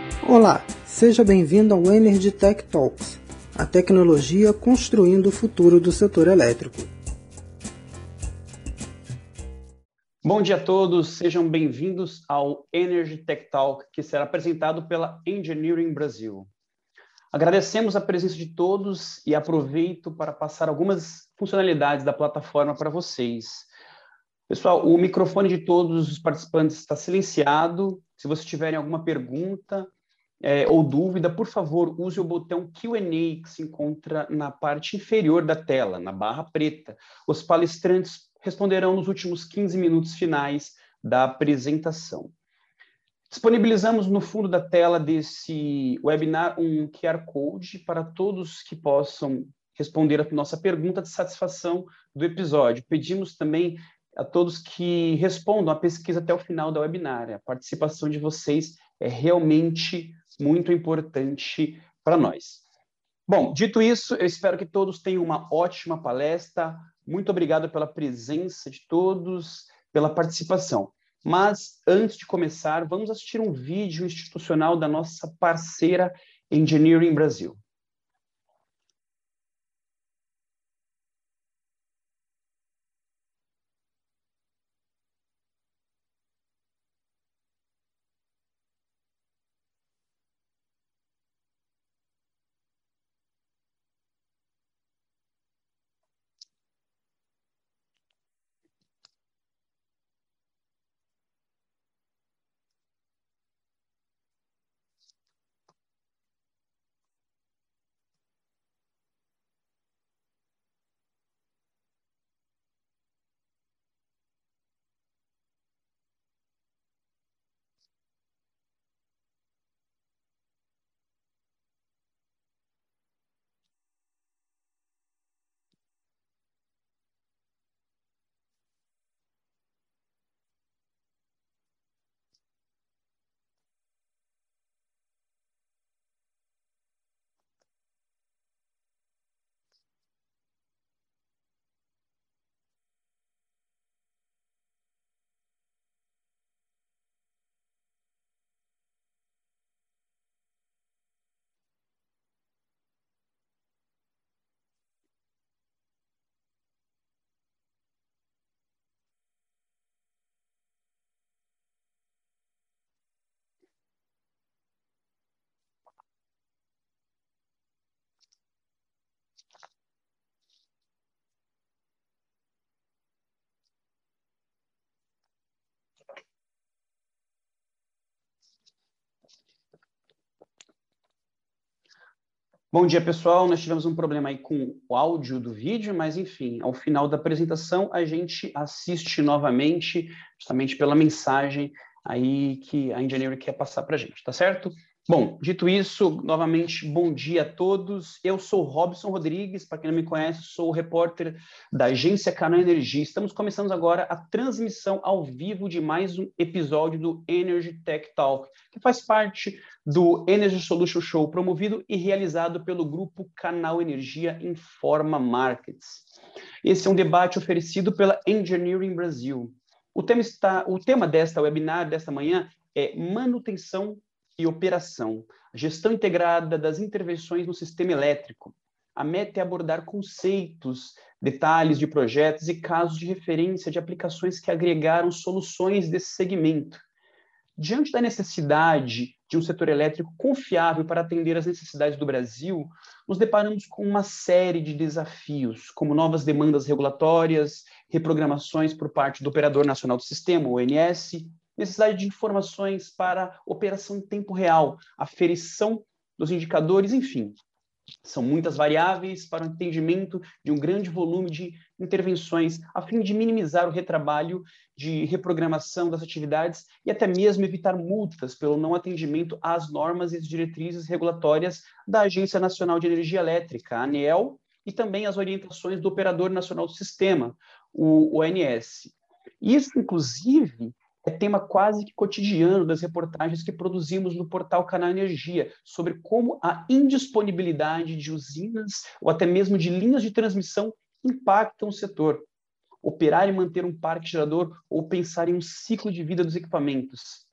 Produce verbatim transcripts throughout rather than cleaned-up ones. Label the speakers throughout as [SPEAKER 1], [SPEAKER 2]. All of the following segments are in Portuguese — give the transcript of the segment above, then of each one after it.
[SPEAKER 1] Olá, seja bem-vindo ao Energy Tech Talks, a tecnologia construindo o futuro do setor elétrico.
[SPEAKER 2] Bom dia a todos, sejam bem-vindos ao Energy Tech Talk, que será apresentado pela Engineering Brasil. Agradecemos a presença de todos e aproveito para passar algumas funcionalidades da plataforma para vocês. Pessoal, o microfone de todos os participantes está silenciado. Se vocês tiverem alguma pergunta é, ou dúvida, por favor, use o botão Q and A que se encontra na parte inferior da tela, na barra preta. Os palestrantes responderão nos últimos quinze minutos finais da apresentação. Disponibilizamos no fundo da tela desse webinar um Q R Code para todos que possam responder a nossa pergunta de satisfação do episódio. Pedimos também a todos que respondam a pesquisa até o final da webinar. A participação de vocês é realmente muito importante para nós. Bom, dito isso, eu espero que todos tenham uma ótima palestra. Muito obrigado pela presença de todos, pela participação. Mas, antes de começar, vamos assistir um vídeo institucional da nossa parceira Engineering Brasil. Bom dia, pessoal. Nós tivemos um problema aí com o áudio do vídeo, mas, enfim, ao final da apresentação, a gente assiste novamente, justamente pela mensagem aí que a Engineering quer passar para a gente, tá certo? Bom, dito isso, novamente, bom dia a todos. Eu sou Robson Rodrigues, para quem não me conhece, sou o repórter da agência Canal Energia. Estamos começando agora a transmissão ao vivo de mais um episódio do Energy Tech Talk, que faz parte do Energy Solution Show, promovido e realizado pelo grupo Canal Energia Informa Markets. Esse é um debate oferecido pela Engineering Brasil. O tema, está, o tema desta webinar, desta manhã, é manutenção e operação, a gestão integrada das intervenções no sistema elétrico. A meta é abordar conceitos, detalhes de projetos e casos de referência de aplicações que agregaram soluções desse segmento. Diante da necessidade de um setor elétrico confiável para atender às necessidades do Brasil, nos deparamos com uma série de desafios, como novas demandas regulatórias, reprogramações por parte do Operador Nacional do Sistema, o O N S, necessidade de informações para operação em tempo real, aferição dos indicadores, enfim. São muitas variáveis para o entendimento de um grande volume de intervenções, a fim de minimizar o retrabalho de reprogramação das atividades e até mesmo evitar multas pelo não atendimento às normas e diretrizes regulatórias da Agência Nacional de Energia Elétrica, a ANEEL, e também as orientações do Operador Nacional do Sistema, o O N S. Isso, inclusive, é tema quase que cotidiano das reportagens que produzimos no portal Canal Energia, sobre como a indisponibilidade de usinas ou até mesmo de linhas de transmissão impactam o setor. Operar e manter um parque gerador ou pensar em um ciclo de vida dos equipamentos.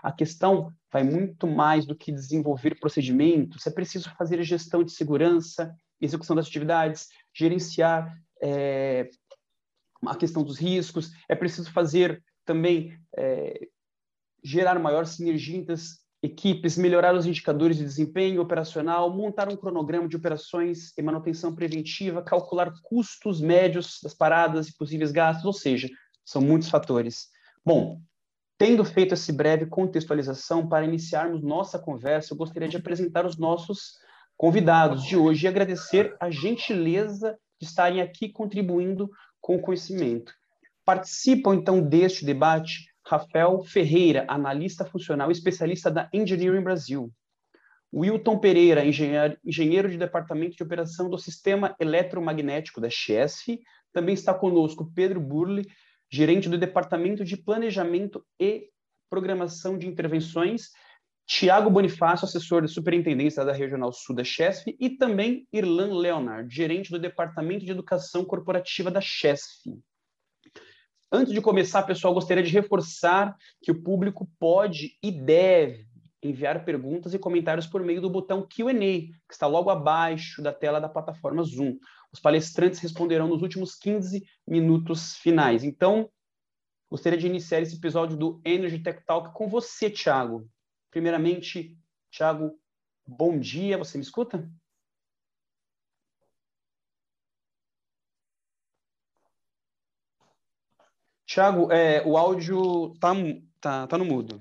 [SPEAKER 2] a questão vai muito mais do que desenvolver procedimentos, é preciso fazer gestão de segurança, execução das atividades, gerenciar é, a questão dos riscos, é preciso fazer também, é, gerar maior sinergia entre as equipes, melhorar os indicadores de desempenho operacional, montar um cronograma de operações e manutenção preventiva, calcular custos médios das paradas e possíveis gastos, ou seja, são muitos fatores. Bom, tendo feito essa breve contextualização, para iniciarmos nossa conversa, eu gostaria de apresentar os nossos convidados de hoje e agradecer a gentileza de estarem aqui contribuindo com o conhecimento. Participam, então, deste debate Rafael Ferreira, analista funcional e especialista da Engineering Brasil. Wilton Pereira, engenheiro, engenheiro de departamento de operação do Sistema Eletromagnético da Chesf. Também está conosco Pedro Burle, gerente do Departamento de Planejamento e Programação de Intervenções. Tiago Bonifácio, assessor de superintendência da Regional Sul da Chesf. E também Irlan Leonard, gerente do Departamento de Educação Corporativa da Chesf. Antes de começar, pessoal, gostaria de reforçar que o público pode e deve enviar perguntas e comentários por meio do botão Q and A, que está logo abaixo da tela da plataforma Zoom. Os palestrantes responderão nos últimos quinze minutos finais. Então, gostaria de iniciar esse episódio do Energy Tech Talk com você, Tiago. Primeiramente, Tiago, bom dia. Você me escuta? Tiago, é, o áudio está tá, tá no mudo.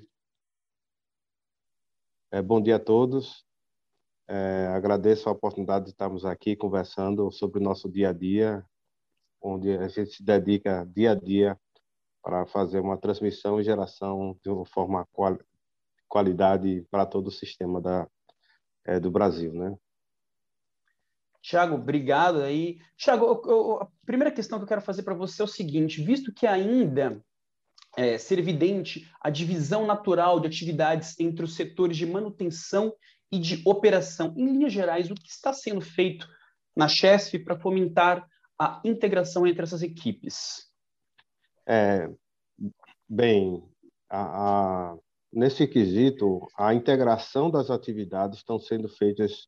[SPEAKER 3] É, bom dia a todos. É, agradeço a oportunidade de estarmos aqui conversando sobre o nosso dia a dia, onde a gente se dedica dia a dia para fazer uma transmissão e geração de uma forma qual, qualidade para todo o sistema da, é, do Brasil, né?
[SPEAKER 2] Tiago, obrigado aí. Tiago, a primeira questão que eu quero fazer para você é o seguinte, visto que ainda é, ser evidente a divisão natural de atividades entre os setores de manutenção e de operação, em linhas gerais, o que está sendo feito na Chesf para fomentar a integração entre essas equipes?
[SPEAKER 3] É, bem, a, a, nesse quesito, a integração das atividades estão sendo feitas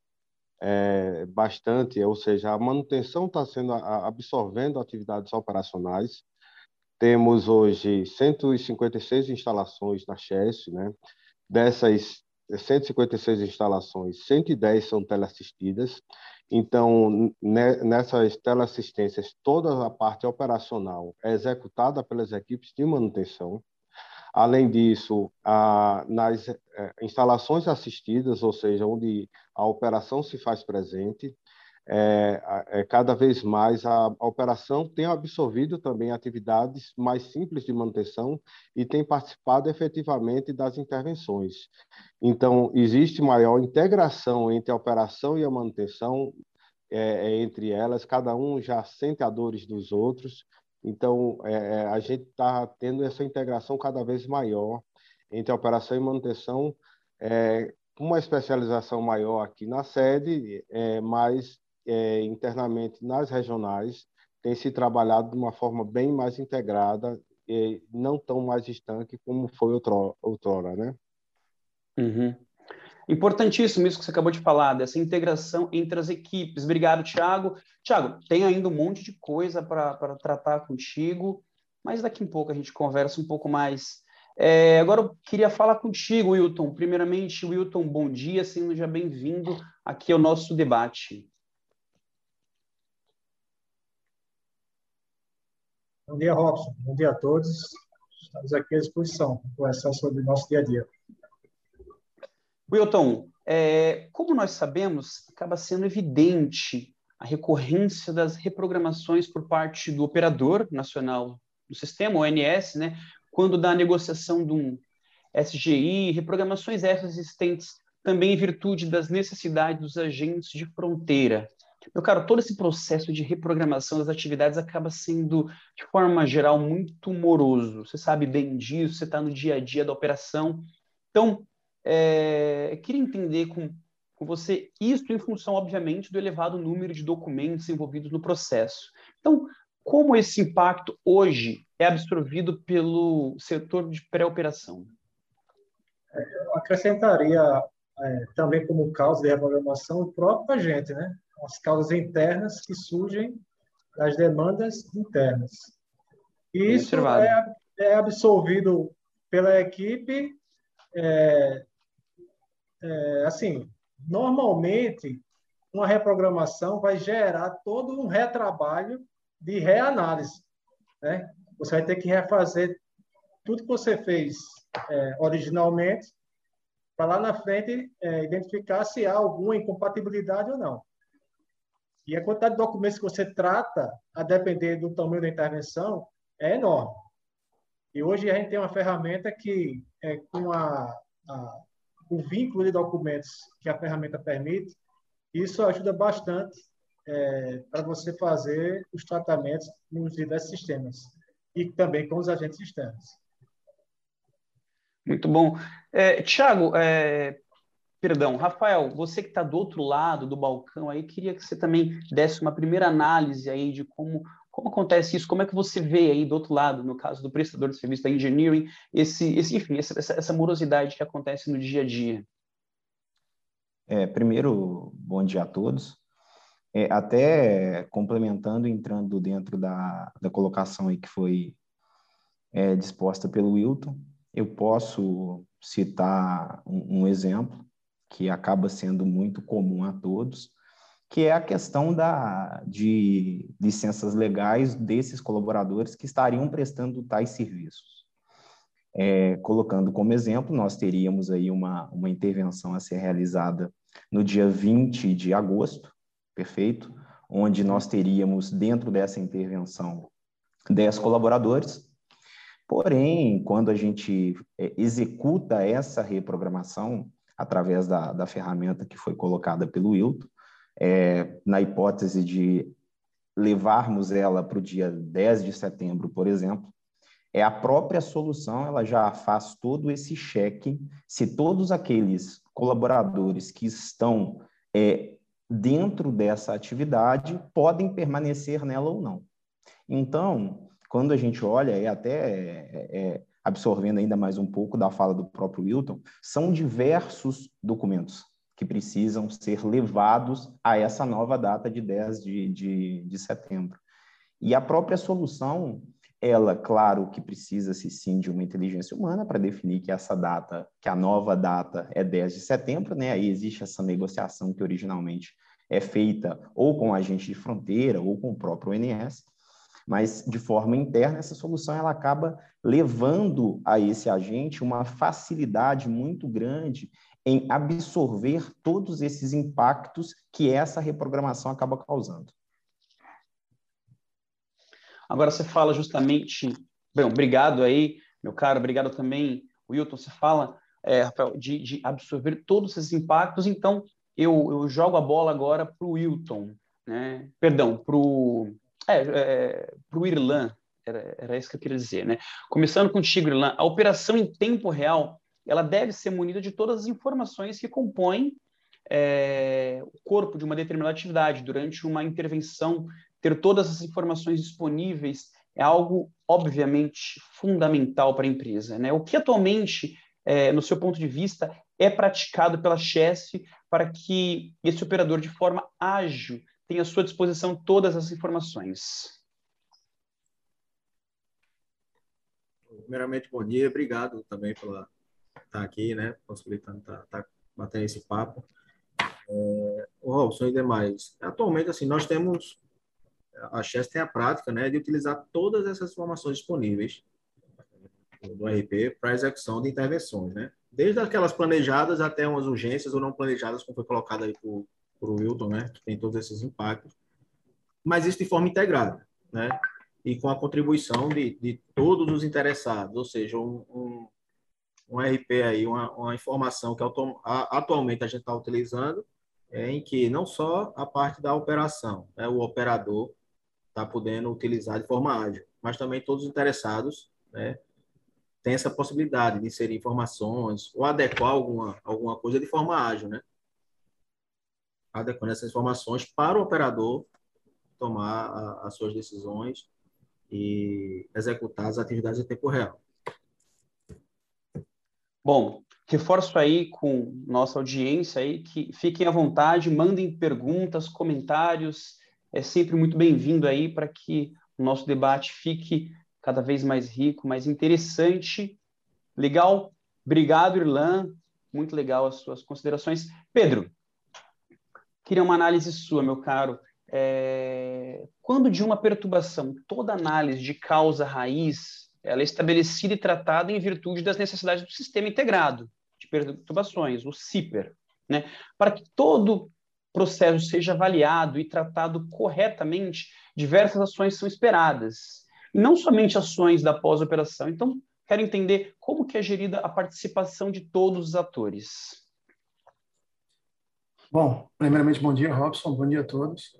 [SPEAKER 3] É, bastante, ou seja, a manutenção está sendo a, absorvendo atividades operacionais. Temos hoje cento e cinquenta e seis instalações na Chesf, né? Dessas cento e cinquenta e seis instalações, cento e dez são teleassistidas. Então, ne, nessas teleassistências, toda a parte operacional é executada pelas equipes de manutenção. Além disso, a, nas é, instalações assistidas, ou seja, onde a operação se faz presente, é, é, cada vez mais a, a operação tem absorvido também atividades mais simples de manutenção e tem participado efetivamente das intervenções. Então, existe maior integração entre a operação e a manutenção, é, é, entre elas, cada um já sente a dores dos outros. Então, é, a gente está tendo essa integração cada vez maior entre a operação e manutenção, é, com uma especialização maior aqui na sede, é, mas é, internamente nas regionais tem se trabalhado de uma forma bem mais integrada e não tão mais estanque como foi outrora, outrora, né?
[SPEAKER 2] Uhum. Importantíssimo isso que você acabou de falar, dessa integração entre as equipes. Obrigado, Tiago. Tiago, tem ainda um monte de coisa para tratar contigo, mas daqui a pouco a gente conversa um pouco mais. É, agora eu queria falar contigo, Wilton. Primeiramente, Wilton, bom dia, seja bem-vindo aqui ao nosso debate.
[SPEAKER 4] Bom dia, Robson. Bom dia a todos. Estamos aqui à disposição para conversar sobre o nosso dia a dia.
[SPEAKER 2] Wilton, é, como nós sabemos, acaba sendo evidente a recorrência das reprogramações por parte do operador nacional do sistema, o O N S, né, quando da negociação de um S G I, reprogramações essas existentes também em virtude das necessidades dos agentes de fronteira. Meu caro, todo esse processo de reprogramação das atividades acaba sendo, de forma geral, muito moroso. Você sabe bem disso, você está no dia a dia da operação. Então, É, queria entender com, com você isso em função, obviamente, do elevado número de documentos envolvidos no processo. Então, como esse impacto hoje é absorvido pelo setor de pré-operação?
[SPEAKER 4] Eu acrescentaria é, também como causa de reprogramação o próprio agente, né? As causas internas que surgem das demandas internas. E
[SPEAKER 2] Bem
[SPEAKER 4] isso
[SPEAKER 2] observado.
[SPEAKER 4] é, é absolvido pela equipe, é, é, assim, normalmente uma reprogramação vai gerar todo um retrabalho de reanálise, né? Você vai ter que refazer tudo que você fez é, originalmente para lá na frente é, identificar se há alguma incompatibilidade ou não. E a quantidade de documentos que você trata, a depender do tamanho da intervenção, é enorme. E hoje a gente tem uma ferramenta que, é, com a, a, o vínculo de documentos que a ferramenta permite, isso ajuda bastante é, para você fazer os tratamentos nos diversos sistemas e também com os agentes externos.
[SPEAKER 2] Muito bom. É, Tiago, é, perdão, Rafael, você que está do outro lado do balcão aí, queria que você também desse uma primeira análise aí de como, como acontece isso, como é que você vê aí do outro lado, no caso do prestador de serviço da engineering, esse, esse, enfim, essa, essa morosidade que acontece no dia a dia.
[SPEAKER 5] É, primeiro, bom dia a todos. É, até complementando, entrando dentro da, da colocação aí que foi é, disposta pelo Wilton, eu posso citar um, um exemplo que acaba sendo muito comum a todos, que é a questão da, de licenças legais desses colaboradores que estariam prestando tais serviços. É, colocando como exemplo, nós teríamos aí uma, uma intervenção a ser realizada no dia vinte de agosto, perfeito? Onde nós teríamos, dentro dessa intervenção, dez colaboradores. Porém, quando a gente é, executa essa reprogramação, através da, da ferramenta que foi colocada pelo Wilton, é, na hipótese de levarmos ela para o dia dez de setembro, por exemplo, é a própria solução, ela já faz todo esse cheque se todos aqueles colaboradores que estão é, dentro dessa atividade podem permanecer nela ou não. Então, quando a gente olha, e até é, é, absorvendo ainda mais um pouco da fala do próprio Wilton, são diversos documentos que precisam ser levados a essa nova data de dez de, de, de setembro. E a própria solução, ela, claro que precisa-se sim de uma inteligência humana para definir que essa data, que a nova data é dez de setembro, né? Aí existe essa negociação que originalmente é feita ou com o agente de fronteira ou com o próprio O N S, mas de forma interna essa solução ela acaba levando a esse agente uma facilidade muito grande em absorver todos esses impactos que essa reprogramação acaba causando.
[SPEAKER 2] Agora você fala justamente, bem, obrigado aí, meu caro, obrigado também, Wilton, você fala, é, Rafael, de, de absorver todos esses impactos, então eu, eu jogo a bola agora para o Wilton, né? Perdão, para o é, é, Irlan, era, era isso que eu queria dizer, né? Começando contigo, Irlan, a operação em tempo real, ela deve ser munida de todas as informações que compõem é, o corpo de uma determinada atividade durante uma intervenção. Ter todas as informações disponíveis é algo, obviamente, fundamental para a empresa, né? O que atualmente, é, no seu ponto de vista, é praticado pela Chesf para que esse operador, de forma ágil, tenha à sua disposição todas as informações?
[SPEAKER 6] Primeiramente, bom dia, obrigado também por estar aqui, né? Possibilitando estar tá, tá, batendo esse papo. É, o Robson e demais. Atualmente, assim, nós temos a Chess tem a prática, né, de utilizar todas essas informações disponíveis do R P para execução de intervenções, né? Desde aquelas planejadas até umas urgências ou não planejadas, como foi colocado aí por, por Wilton, né, que tem todos esses impactos, mas isso de forma integrada, né, e com a contribuição de, de todos os interessados, ou seja, um, um, um R P aí, uma, uma informação que autom, a, atualmente a gente está utilizando, é, em que não só a parte da operação, né, o operador está podendo utilizar de forma ágil, mas também todos os interessados, né, têm essa possibilidade de inserir informações ou adequar alguma, alguma coisa de forma ágil, né? Adequando essas informações para o operador tomar a, as suas decisões e executar as atividades em tempo real.
[SPEAKER 2] Bom, reforço aí com nossa audiência aí que fiquem à vontade, mandem perguntas, comentários, é sempre muito bem-vindo aí para que o nosso debate fique cada vez mais rico, mais interessante. Legal? Obrigado, Irlan. Muito legal as suas considerações. Pedro, queria uma análise sua, meu caro. É... Quando de uma perturbação, toda análise de causa raiz, ela é estabelecida e tratada em virtude das necessidades do sistema integrado de perturbações, o C I P E R, né? Para que todo processo seja avaliado e tratado corretamente, diversas ações são esperadas. E não somente ações da pós-operação. Então, quero entender como que é gerida a participação de todos os atores.
[SPEAKER 7] Bom, primeiramente, bom dia, Robson, bom dia a todos.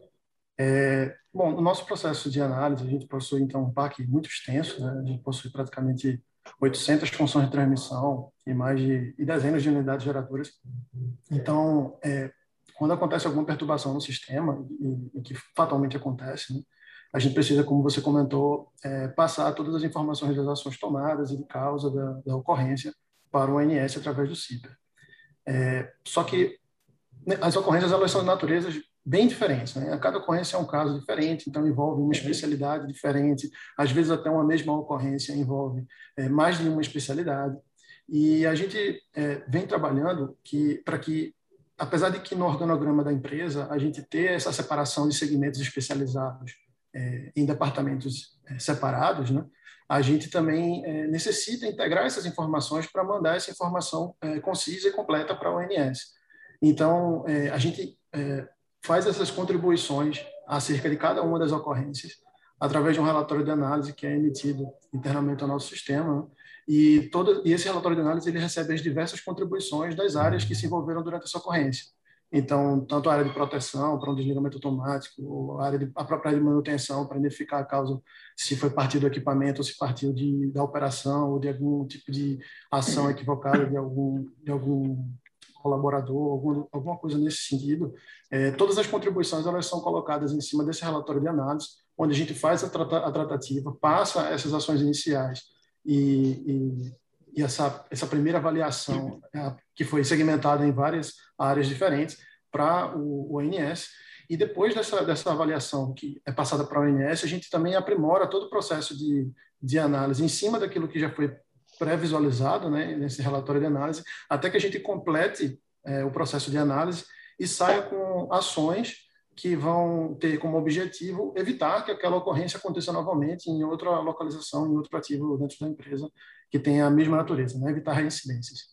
[SPEAKER 7] É, bom, no nosso processo de análise, a gente possui, então, um parque muito extenso, né? A gente possui praticamente oitocentas funções de transmissão e mais de e dezenas de unidades geradoras. Então, é, quando acontece alguma perturbação no sistema, e, e que fatalmente acontece, né? A gente precisa, como você comentou, é, passar todas as informações das ações tomadas e de causa da, da ocorrência para o O N S através do C I P E R. É, só que as ocorrências, elas são de naturezas bem diferentes, né? Cada ocorrência é um caso diferente, então envolve uma especialidade diferente, às vezes até uma mesma ocorrência envolve é, mais de uma especialidade, e a gente é, vem trabalhando que, para que, apesar de que no organograma da empresa a gente ter essa separação de segmentos especializados é, em departamentos é, separados, né? A gente também é, necessita integrar essas informações para mandar essa informação é, concisa e completa para o O N S. Então, é, a gente é, faz essas contribuições acerca de cada uma das ocorrências através de um relatório de análise que é emitido internamente ao nosso sistema, né? E, todo, e esse relatório de análise ele recebe as diversas contribuições das áreas que se envolveram durante essa ocorrência. Então, tanto a área de proteção para um desligamento automático, ou a, área de, a própria área de manutenção para identificar a causa, se foi partir do equipamento ou se partiu de, da operação ou de algum tipo de ação equivocada de algum, de algum colaborador, alguma, alguma coisa nesse sentido. É, todas as contribuições elas são colocadas em cima desse relatório de análise, onde a gente faz a, trata, a tratativa, passa essas ações iniciais e, e, e essa, essa primeira avaliação, é, que foi segmentada em várias áreas diferentes, para o, o O N S. E depois dessa, dessa avaliação que é passada para o O N S, a gente também aprimora todo o processo de, de análise em cima daquilo que já foi pré-visualizado, né, nesse relatório de análise, até que a gente complete é, o processo de análise e saia com ações que vão ter como objetivo evitar que aquela ocorrência aconteça novamente em outra localização, em outro ativo dentro da empresa que tenha a mesma natureza, né, evitar reincidências.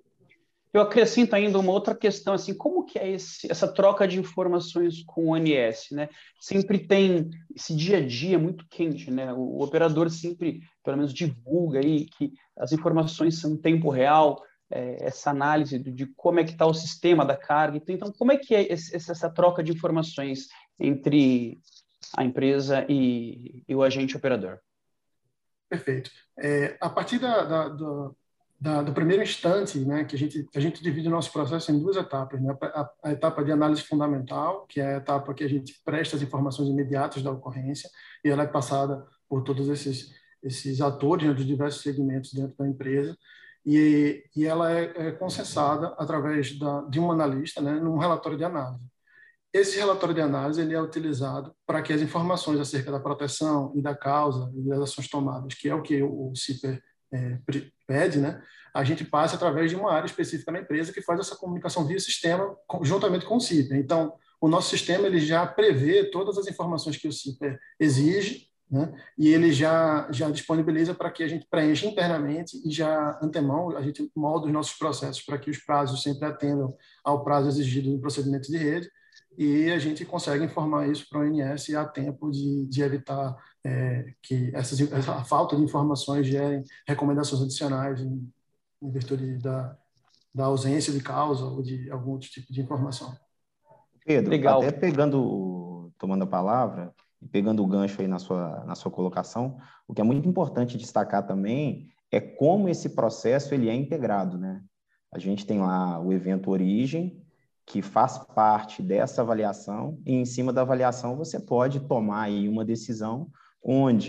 [SPEAKER 2] Eu acrescento ainda uma outra questão, assim, como que é esse, essa troca de informações com o O N S, né? Sempre tem esse dia a dia muito quente, né? O, o operador sempre, pelo menos, divulga aí que as informações são em tempo real, é, essa análise de, de como é que está o sistema da carga. Então, como é que é esse, essa troca de informações entre a empresa e, e o agente operador?
[SPEAKER 7] Perfeito. É, a partir da, da, da Da, do primeiro instante, né, que a gente, a gente divide o nosso processo em duas etapas, né? A, a etapa de análise fundamental, que é a etapa que a gente presta as informações imediatas da ocorrência, e ela é passada por todos esses, esses atores, né, dos diversos segmentos dentro da empresa, e, e ela é, é consensada através da, de um analista, né, num relatório de análise. Esse relatório de análise ele é utilizado para que as informações acerca da proteção e da causa e das ações tomadas, que é o que o, o C I P E R É, pede, né, a gente passa através de uma área específica na empresa que faz essa comunicação via sistema juntamente com o C I P E R. Então, o nosso sistema ele já prevê todas as informações que o C I P E R exige, né, e ele já, já disponibiliza para que a gente preencha internamente e já, antemão, a gente molda os nossos processos para que os prazos sempre atendam ao prazo exigido no procedimento de rede, e a gente consegue informar isso para o O N S a tempo de, de evitar é, que essas, essa falta de informações gerem recomendações adicionais em, em virtude da, da ausência de causa ou de algum outro tipo de informação.
[SPEAKER 5] Pedro,
[SPEAKER 2] Legal.
[SPEAKER 5] Até pegando, tomando a palavra, e pegando o gancho aí na sua, na sua colocação, o que é muito importante destacar também é como esse processo ele é integrado, né? A gente tem lá o evento origem, que faz parte dessa avaliação, e em cima da avaliação você pode tomar aí uma decisão onde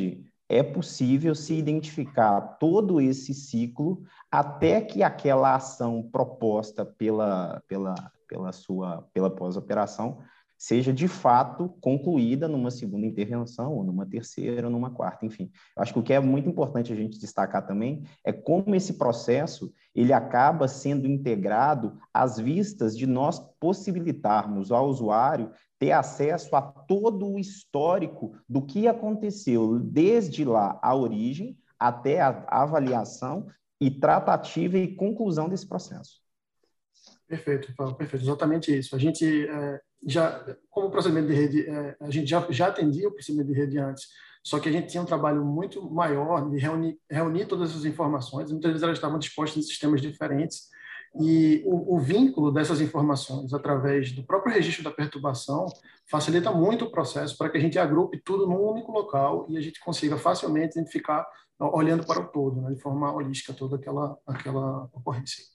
[SPEAKER 5] é possível se identificar todo esse ciclo até que aquela ação proposta pela, pela, pela sua pela pós-operação seja de fato concluída numa segunda intervenção, ou numa terceira, ou numa quarta, enfim. Eu acho que o que é muito importante a gente destacar também é como esse processo ele acaba sendo integrado às vistas de nós possibilitarmos ao usuário ter acesso a todo o histórico do que aconteceu desde lá a origem até a avaliação e tratativa e conclusão desse processo.
[SPEAKER 7] Perfeito, Paulo, perfeito, exatamente isso. A gente é, já, como procedimento de rede, é, a gente já, já atendia o procedimento de rede antes, só que a gente tinha um trabalho muito maior de reunir, reunir todas essas informações, muitas vezes elas estavam dispostas em sistemas diferentes, e o, o vínculo dessas informações através do próprio registro da perturbação facilita muito o processo para que a gente agrupe tudo num único local e a gente consiga facilmente identificar, olhando para o todo, né, de forma holística, toda aquela, aquela ocorrência.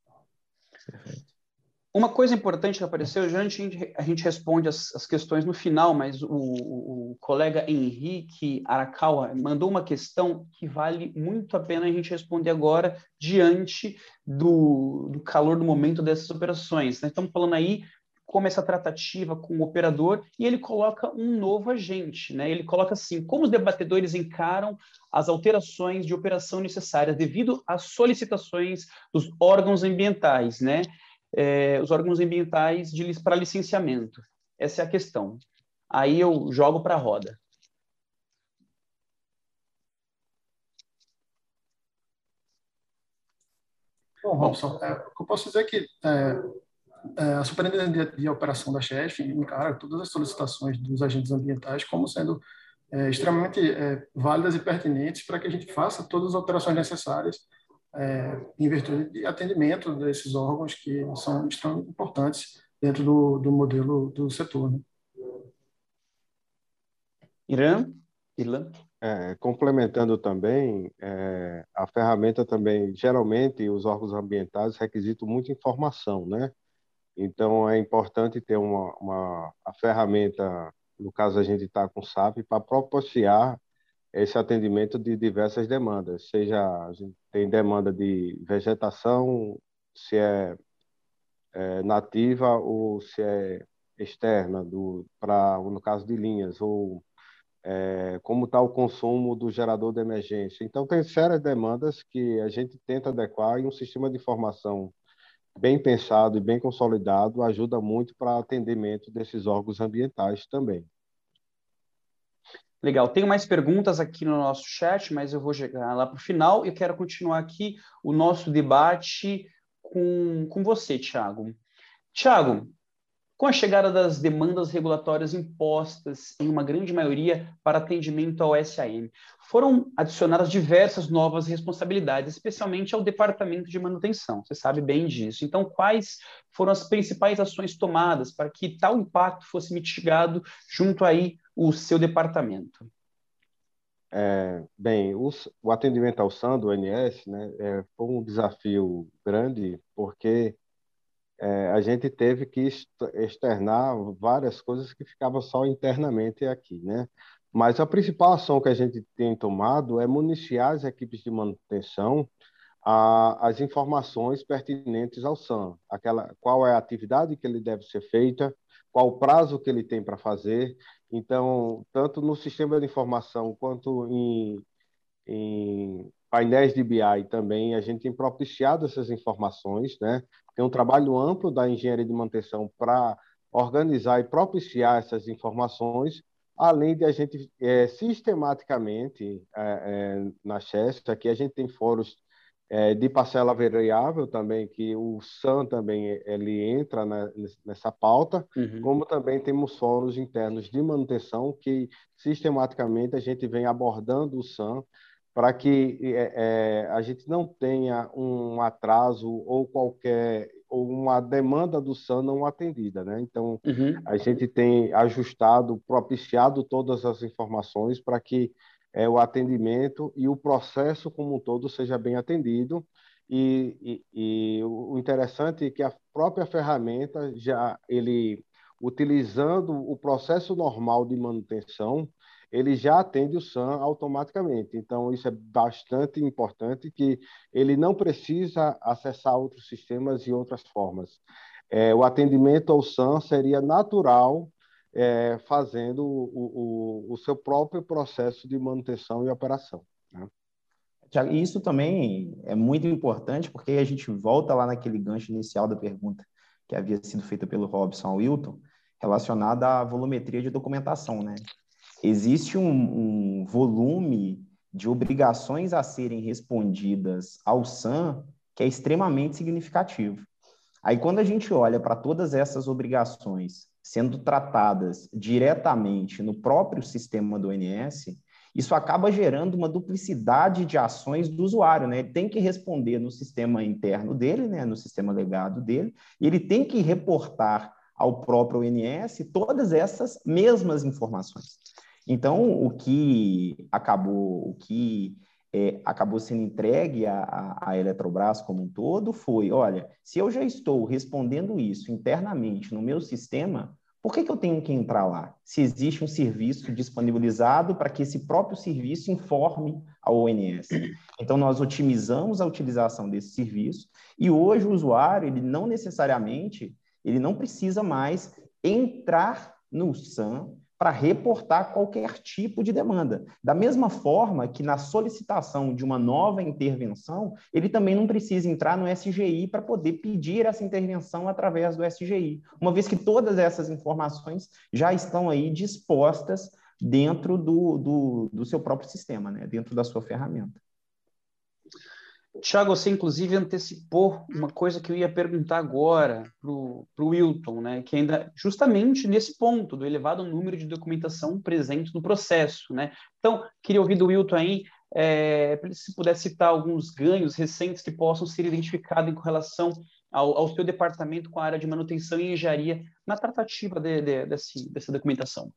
[SPEAKER 2] Uma coisa importante que apareceu, já a gente, a gente responde as, as questões no final, mas o, o colega Henrique Arakawa mandou uma questão que vale muito a pena a gente responder agora, diante do, do calor do momento dessas operações. Nós estamos falando aí como essa tratativa com o operador, e ele coloca um novo agente, né? Ele coloca assim, como os debatedores encaram as alterações de operação necessárias devido às solicitações dos órgãos ambientais, né? É, os órgãos ambientais de, para licenciamento. Essa é a questão. Aí eu jogo para a roda.
[SPEAKER 7] Bom, Robson, é, o que eu posso dizer é que é, é, a Superintendência de, de Operação da Chesf encara todas as solicitações dos agentes ambientais como sendo é, extremamente é, válidas e pertinentes para que a gente faça todas as alterações necessárias É, em virtude de atendimento desses órgãos que são extremamente importantes dentro do, do modelo do setor. Né?
[SPEAKER 2] Irã? Irã?
[SPEAKER 3] É, complementando também, é, a ferramenta também, geralmente, os órgãos ambientais requisitam muita informação, né? Então, é importante ter uma, uma a ferramenta, no caso a gente está com o S A P, para propiciar esse atendimento de diversas demandas, seja a gente tem demanda de vegetação, se é, é nativa ou se é externa, do, para, no caso de linhas, ou é, como está o consumo do gerador de emergência. Então, tem sérias demandas que a gente tenta adequar e um sistema de informação bem pensado e bem consolidado ajuda muito para atendimento desses órgãos ambientais também.
[SPEAKER 2] Legal, tenho mais perguntas aqui no nosso chat, mas eu vou chegar lá para o final e eu quero continuar aqui o nosso debate com, com você, Thiago. Thiago, com a chegada das demandas regulatórias impostas em uma grande maioria para atendimento ao S A M, foram adicionadas diversas novas responsabilidades, especialmente ao Departamento de Manutenção. Você sabe bem disso. Então, quais foram as principais ações tomadas para que tal impacto fosse mitigado junto aí o seu departamento?
[SPEAKER 3] É, bem, o, o atendimento ao S A M do O N S, né, é, foi um desafio grande, porque é, a gente teve que externar várias coisas que ficavam só internamente aqui, né? Mas a principal ação que a gente tem tomado é municiar as equipes de manutenção a, as informações pertinentes ao S A M, aquela, qual é a atividade que ele deve ser feita, qual o prazo que ele tem para fazer. Então, tanto no sistema de informação quanto em, em painéis de B I também, a gente tem propiciado essas informações, né? Tem um trabalho amplo da engenharia de manutenção para organizar e propiciar essas informações, além de a gente é, sistematicamente, é, é, na Chesf, aqui a gente tem fóruns é, de parcela variável também, que o S A M também ele entra na, nessa pauta, uhum. Como também temos fóruns internos de manutenção que sistematicamente a gente vem abordando o S A M para que é, a gente não tenha um atraso ou qualquer ou uma demanda do S A M não atendida, né? Então, uhum. a gente tem ajustado, propiciado todas as informações para que é, o atendimento e o processo como um todo seja bem atendido. E, e, e o interessante é que a própria ferramenta, já ele utilizando o processo normal de manutenção, ele já atende o S A M automaticamente. Então, isso é bastante importante, que ele não precisa acessar outros sistemas e outras formas. É, o atendimento ao S A M seria natural, é, fazendo o, o, o seu próprio processo de manutenção e operação, né?
[SPEAKER 5] Tiago, isso também é muito importante, porque a gente volta lá naquele gancho inicial da pergunta que havia sido feita pelo Robson ao Wilton, relacionada à volumetria de documentação, né? Existe um, um volume de obrigações a serem respondidas ao S A M que é extremamente significativo. Aí, quando a gente olha para todas essas obrigações sendo tratadas diretamente no próprio sistema do O N S, isso acaba gerando uma duplicidade de ações do usuário, né? Ele tem que responder no sistema interno dele, né? No sistema legado dele, e ele tem que reportar ao próprio O N S todas essas mesmas informações. Então, o que acabou, o que é, acabou sendo entregue à, à Eletrobras como um todo foi, olha, se eu já estou respondendo isso internamente no meu sistema, por que que eu tenho que entrar lá? Se existe um serviço disponibilizado para que esse próprio serviço informe ao O N S. Então, nós otimizamos a utilização desse serviço e hoje o usuário, ele não necessariamente, ele não precisa mais entrar no S A M para reportar qualquer tipo de demanda. Da mesma forma que na solicitação de uma nova intervenção, ele também não precisa entrar no S G I para poder pedir essa intervenção através do S G I, uma vez que todas essas informações já estão aí dispostas dentro do, do, do seu próprio sistema, né? Dentro da sua ferramenta.
[SPEAKER 2] Tiago, você inclusive antecipou uma coisa que eu ia perguntar agora para o Wilton, né? Que ainda justamente nesse ponto do elevado número de documentação presente no processo, né? Então, queria ouvir do Wilton aí, é, se pudesse citar alguns ganhos recentes que possam ser identificados em relação ao, ao seu departamento com a área de manutenção e engenharia na tratativa de, de, desse, dessa documentação.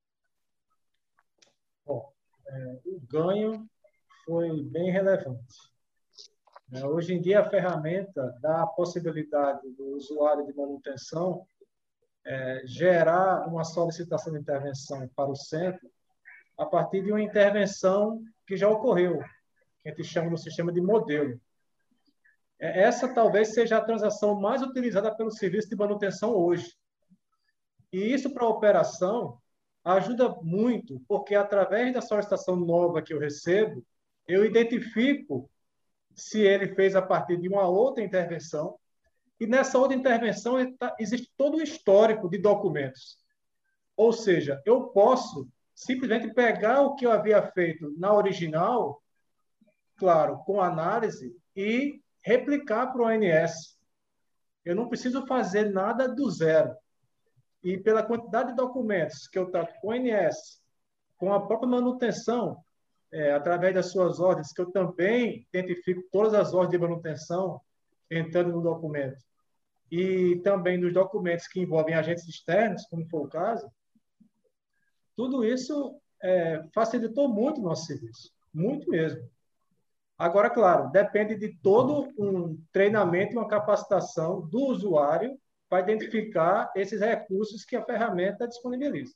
[SPEAKER 4] Bom, é, o ganho foi bem relevante. Hoje em dia, a ferramenta dá a possibilidade do usuário de manutenção é, gerar uma solicitação de intervenção para o centro a partir de uma intervenção que já ocorreu, que a gente chama no sistema de modelo. Essa talvez seja a transação mais utilizada pelo serviço de manutenção hoje. E isso, para a operação, ajuda muito, porque através da solicitação nova que eu recebo, eu identifico se ele fez a partir de uma outra intervenção, e nessa outra intervenção existe todo o histórico de documentos. Ou seja, eu posso simplesmente pegar o que eu havia feito na original, claro, com análise, e replicar para o O N S. Eu não preciso fazer nada do zero. E pela quantidade de documentos que eu trato com o O N S, com a própria manutenção, É, através das suas ordens, que eu também identifico todas as ordens de manutenção entrando no documento, e também nos documentos que envolvem agentes externos, como foi o caso, tudo isso é, facilitou muito o nosso serviço, muito mesmo. Agora, claro, depende de todo um treinamento e uma capacitação do usuário para identificar esses recursos que a ferramenta disponibiliza.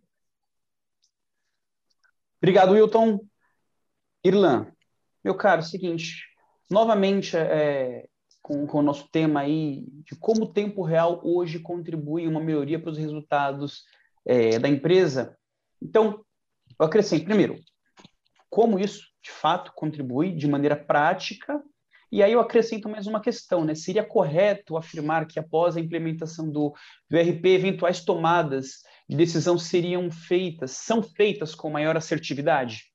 [SPEAKER 2] Obrigado, Wilton. Irlan, meu caro, é o seguinte, novamente é, com, com o nosso tema aí de como o tempo real hoje contribui em uma melhoria para os resultados é, da empresa. Então, eu acrescento, primeiro, como isso, de fato, contribui de maneira prática, e aí eu acrescento mais uma questão, né? Seria correto afirmar que após a implementação do, do E R P, eventuais tomadas de decisão seriam feitas, são feitas com maior assertividade?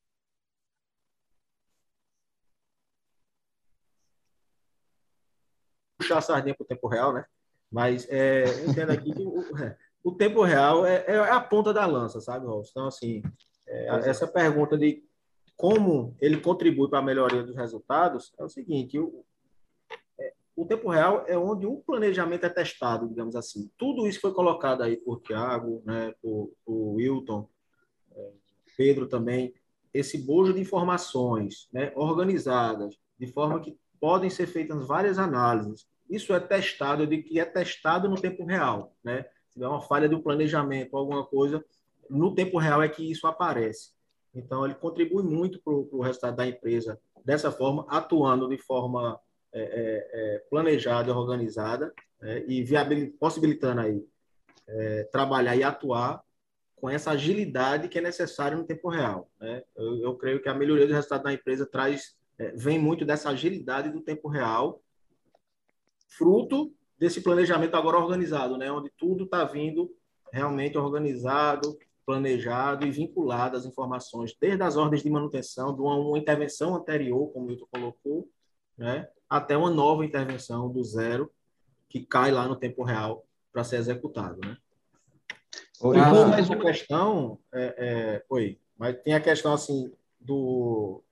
[SPEAKER 6] Puxar a sardinha para o tempo real, né? Mas é, eu entendo aqui que o, é, o tempo real é, é a ponta da lança, sabe, Rolf? Então, assim, é, essa pergunta de como ele contribui para a melhoria dos resultados é o seguinte: o, é, o tempo real é onde o planejamento é testado, digamos assim. Tudo isso foi colocado aí por Tiago, né, por, por Wilton, é, Pedro também, esse bojo de informações, né, organizadas, de forma que podem ser feitas várias análises. Isso é testado, eu digo que é testado no tempo real, né? Se tiver uma falha do planejamento, alguma coisa, no tempo real é que isso aparece. Então, ele contribui muito para o resultado da empresa dessa forma, atuando de forma é, é, planejada e organizada, é, e possibilitando aí é, trabalhar e atuar com essa agilidade que é necessária no tempo real. Né? Eu, eu creio que a melhoria do resultado da empresa traz, é, vem muito dessa agilidade do tempo real, fruto desse planejamento agora organizado, né? Onde tudo está vindo realmente organizado, planejado e vinculado às informações, desde as ordens de manutenção, de uma, uma intervenção anterior, como o Milton colocou, né? Até uma nova intervenção do zero, que cai lá no tempo real para ser executado. Né?
[SPEAKER 5] Oi,
[SPEAKER 6] a,
[SPEAKER 2] vou mais
[SPEAKER 6] a
[SPEAKER 2] uma
[SPEAKER 6] questão, é, é, oi, mas tem a questão assim do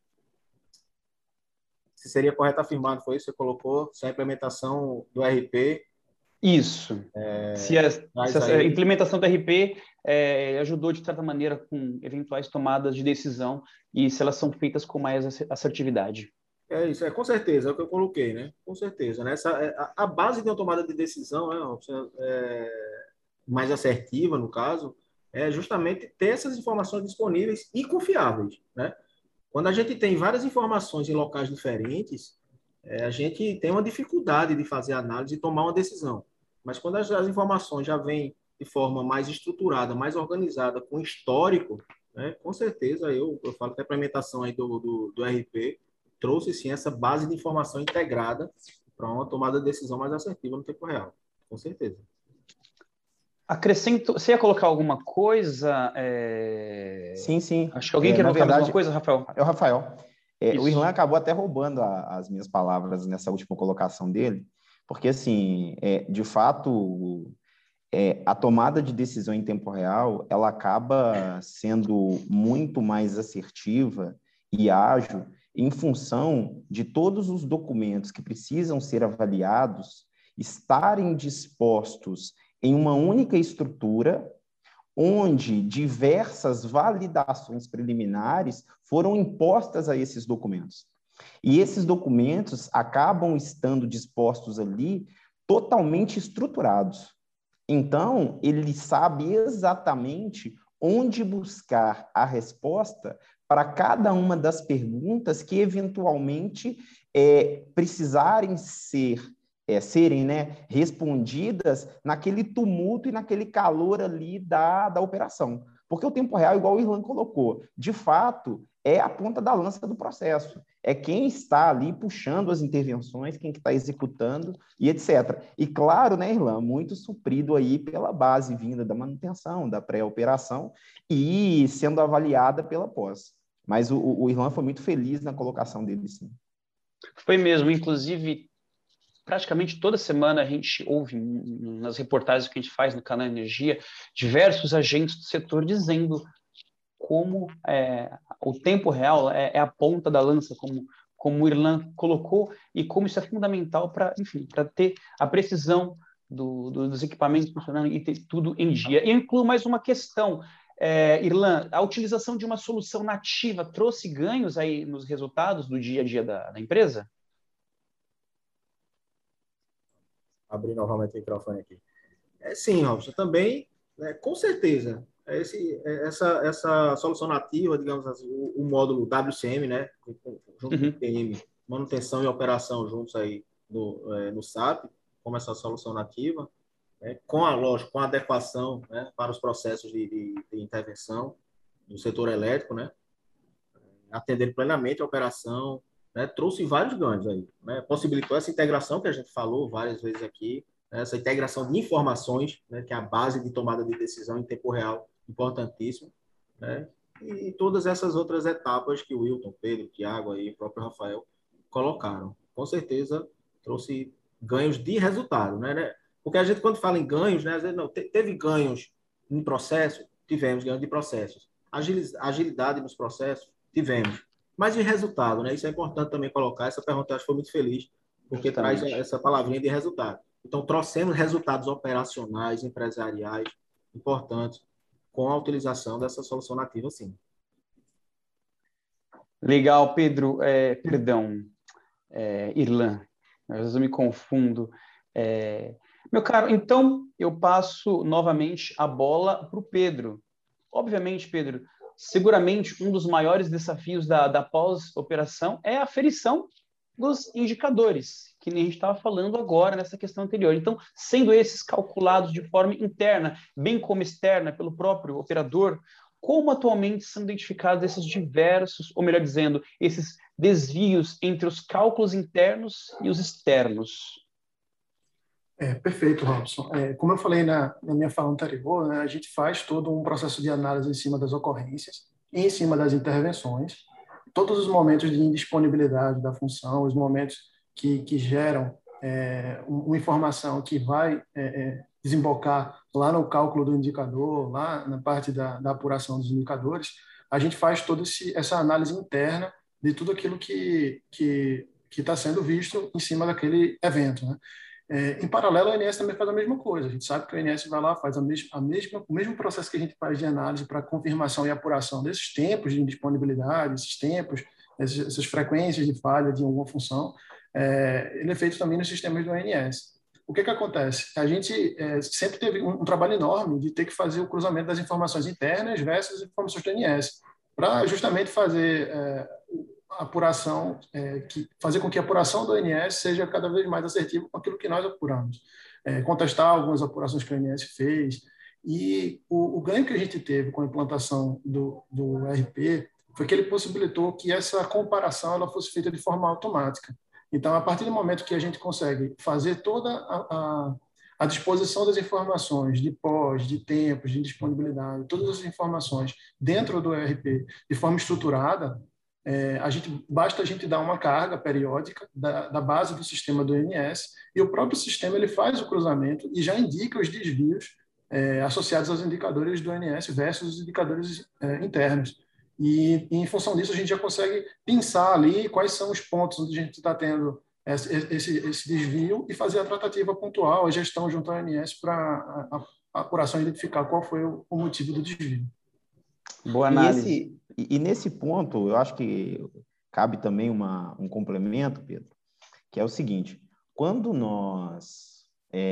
[SPEAKER 6] se seria correto afirmar, não foi isso que você colocou, se a implementação do R P
[SPEAKER 2] Isso.
[SPEAKER 6] é,
[SPEAKER 2] se, a, se a
[SPEAKER 6] aí...
[SPEAKER 2] implementação do R P é, ajudou, de certa maneira, com eventuais tomadas de decisão e se elas são feitas com mais assertividade.
[SPEAKER 6] É isso, é com certeza, é o que eu coloquei, né? Com certeza, né? Essa, a, a base de uma tomada de decisão, né? É, mais assertiva, no caso, é justamente ter essas informações disponíveis e confiáveis, né? Quando a gente tem várias informações em locais diferentes, é, a gente tem uma dificuldade de fazer análise e tomar uma decisão. Mas quando as, as informações já vêm de forma mais estruturada, mais organizada, com histórico, né, com certeza eu, eu falo que a implementação aí do, do, do R P trouxe sim essa base de informação integrada para uma tomada de decisão mais assertiva no tempo real, com certeza.
[SPEAKER 2] Acrescento, você ia colocar alguma coisa? É...
[SPEAKER 5] Sim, sim.
[SPEAKER 2] Acho que alguém
[SPEAKER 5] É,
[SPEAKER 2] quer
[SPEAKER 5] na
[SPEAKER 2] colocar
[SPEAKER 5] verdade,
[SPEAKER 2] alguma coisa, Rafael?
[SPEAKER 5] é o Rafael. É, o
[SPEAKER 2] Isso.
[SPEAKER 5] Irlan acabou até roubando a, as minhas palavras nessa última colocação dele, porque, assim, é, de fato, é, a tomada de decisão em tempo real, ela acaba sendo muito mais assertiva e ágil em função de todos os documentos que precisam ser avaliados estarem dispostos em uma única estrutura, onde diversas validações preliminares foram impostas a esses documentos. E esses documentos acabam estando dispostos ali totalmente estruturados. Então, ele sabe exatamente onde buscar a resposta para cada uma das perguntas que, eventualmente, é, precisarem ser, é, serem né, respondidas naquele tumulto e naquele calor ali da, da operação. Porque o tempo real, igual o Irlan colocou, de fato, é a ponta da lança do processo. É quem está ali puxando as intervenções, quem está executando e etcétera. E claro, né, Irlan, muito suprido aí pela base vinda da manutenção, da pré-operação e sendo avaliada pela pós. Mas o, o Irlan foi muito feliz na colocação dele, sim.
[SPEAKER 2] Foi mesmo, inclusive, praticamente toda semana a gente ouve nas reportagens que a gente faz no canal Energia, diversos agentes do setor dizendo como é, o tempo real é, é a ponta da lança, como, como o Irlan colocou, e como isso é fundamental para, enfim, para ter a precisão do, do, dos equipamentos funcionando e ter tudo em dia. E eu incluo mais uma questão, é, Irlan, a utilização de uma solução nativa trouxe ganhos aí nos resultados do dia a dia da, da empresa?
[SPEAKER 6] Abrir novamente o microfone aqui. É, sim, Robson, também, né, com certeza. Esse, essa, essa solução nativa, digamos assim, o, o módulo W C M, né, junto com o P M, manutenção e operação juntos aí no, é, no S A P, como essa solução nativa, né, com a lógico, com a adequação, né, para os processos de, de, de intervenção do setor elétrico, né, atender plenamente a operação, né, trouxe vários ganhos aí, né, possibilitou essa integração que a gente falou várias vezes aqui, né, essa integração de informações, né, que é a base de tomada de decisão em tempo real, importantíssimo, né, e todas essas outras etapas que o Wilton, Pedro, Tiago e o próprio Rafael colocaram. Com certeza trouxe ganhos de resultado, né, né? Porque a gente, quando fala em ganhos, né, às vezes não, teve ganhos em processo, tivemos ganhos de processos. Agilidade nos processos, tivemos. Mas de resultado, né? Isso é importante também colocar. Essa pergunta eu acho que foi muito feliz, porque Justamente. traz essa palavrinha de resultado. Então, trouxemos resultados operacionais, empresariais, importantes, com a utilização dessa solução nativa, sim.
[SPEAKER 2] Legal, Pedro. É, perdão, é, Irlan. Às vezes eu me confundo. É, meu caro, então eu passo novamente a bola para o Pedro. Obviamente, Pedro, seguramente um dos maiores desafios da, da pós-operação é a aferição dos indicadores, que nem a gente estava falando agora nessa questão anterior. Então, sendo esses calculados de forma interna, bem como externa, pelo próprio operador, como atualmente são identificados esses diversos, ou melhor dizendo, esses desvios entre os cálculos internos e os externos?
[SPEAKER 7] É, perfeito, Robson. É, como eu falei na, na minha fala anterior, né, a gente faz todo um processo de análise em cima das ocorrências e em cima das intervenções, todos os momentos de indisponibilidade da função, os momentos que, que geram é, uma informação que vai é, é, desembocar lá no cálculo do indicador, lá na parte da, da apuração dos indicadores, a gente faz toda esse, essa análise interna de tudo aquilo que que que está sendo visto em cima daquele evento, né? É, em paralelo, a O N S também faz a mesma coisa. A gente sabe que a O N S vai lá, faz a mesma, a mesma, o mesmo processo que a gente faz de análise para confirmação e apuração desses tempos de indisponibilidade, esses tempos, essas, essas frequências de falha de alguma função, é, ele é feito também nos sistemas do O N S. O que que acontece? A gente é, sempre teve um, um trabalho enorme de ter que fazer o cruzamento das informações internas versus as informações do O N S, para justamente fazer é, a apuração, é, que, fazer com que a apuração do O N S seja cada vez mais assertiva com aquilo que nós apuramos. É, contestar algumas apurações que o O N S fez. E o, o ganho que a gente teve com a implantação do, do E R P foi que ele possibilitou que essa comparação ela fosse feita de forma automática. Então, a partir do momento que a gente consegue fazer toda a, a, a disposição das informações de pós, de tempos, de disponibilidade, todas as informações dentro do E R P de forma estruturada, é, a gente, basta a gente dar uma carga periódica da, da base do sistema do O N S e o próprio sistema ele faz o cruzamento e já indica os desvios é, associados aos indicadores do O N S versus os indicadores é, internos. E, em função disso, a gente já consegue pensar ali quais são os pontos onde a gente está tendo esse, esse, esse desvio e fazer a tratativa pontual, a gestão junto ao O N S para a, a, a apuração identificar qual foi o, o motivo do desvio.
[SPEAKER 2] Boa
[SPEAKER 5] análise.
[SPEAKER 2] análise.
[SPEAKER 5] E, esse, e, e nesse ponto, eu acho que cabe também uma, um complemento, Pedro, que é o seguinte, quando nós...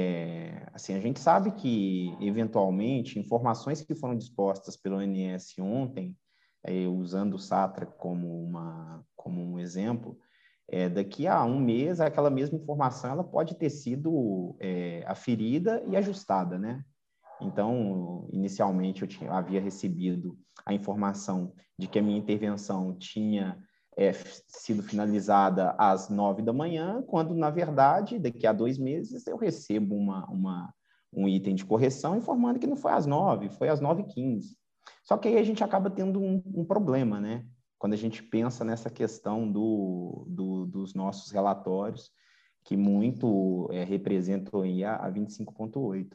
[SPEAKER 5] É, assim, a gente sabe que, eventualmente, informações que foram dispostas pelo O N S ontem, é, usando o Satra como, uma, como um exemplo, é, daqui a um mês, aquela mesma informação ela pode ter sido é, aferida e ajustada, né? Então, inicialmente, eu tinha, havia recebido a informação de que a minha intervenção tinha é, sido finalizada às nove da manhã, quando, na verdade, daqui a dois meses, eu recebo uma, uma, um item de correção informando que não foi às nove, foi às nove e quinze. Só que aí a gente acaba tendo um, um problema, né? Quando a gente pensa nessa questão do, do, dos nossos relatórios, que muito é, representam aí a, a vinte e cinco ponto oito.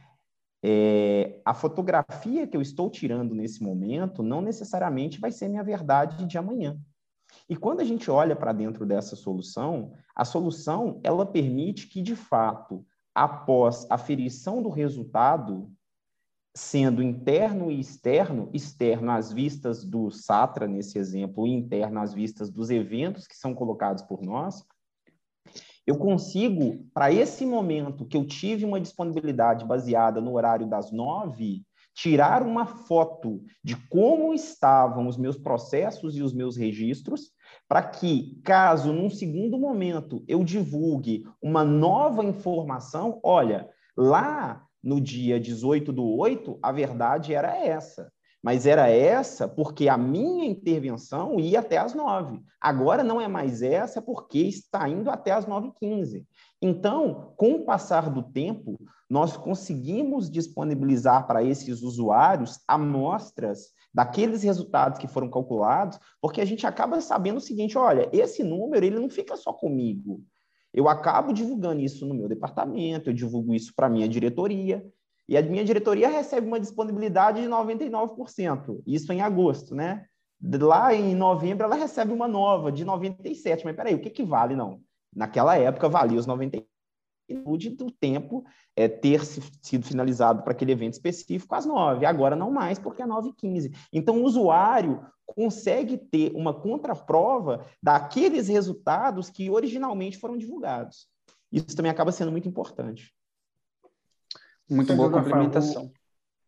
[SPEAKER 5] É, a fotografia que eu estou tirando nesse momento não necessariamente vai ser minha verdade de amanhã. E quando a gente olha para dentro dessa solução, a solução ela permite que, de fato, após a aferição do resultado, sendo interno e externo, externo às vistas do Satra, nesse exemplo, e interno às vistas dos eventos que são colocados por nós, eu consigo, para esse momento que eu tive uma disponibilidade baseada no horário das nove, tirar uma foto de como estavam os meus processos e os meus registros, para que, caso num segundo momento eu divulgue uma nova informação, olha, lá no dia dezoito do oito, a verdade era essa. Mas era essa porque a minha intervenção ia até as nove. Agora não é mais essa porque está indo até as nove e quinze. Então, com o passar do tempo, nós conseguimos disponibilizar para esses usuários amostras daqueles resultados que foram calculados, porque a gente acaba sabendo o seguinte, olha, esse número ele não fica só comigo. Eu acabo divulgando isso no meu departamento, eu divulgo isso para a minha diretoria, e a minha diretoria recebe uma disponibilidade de noventa e nove por cento, isso em agosto, né? Lá em novembro ela recebe uma nova de noventa e sete por cento, mas peraí, o que que vale, não? Naquela época valia os noventa e sete por cento do tempo é, ter sido finalizado para aquele evento específico às nove, agora não mais, porque é nove e quinze. Então o usuário consegue ter uma contraprova daqueles resultados que originalmente foram divulgados. Isso também acaba sendo muito importante.
[SPEAKER 2] Muito boa complementação.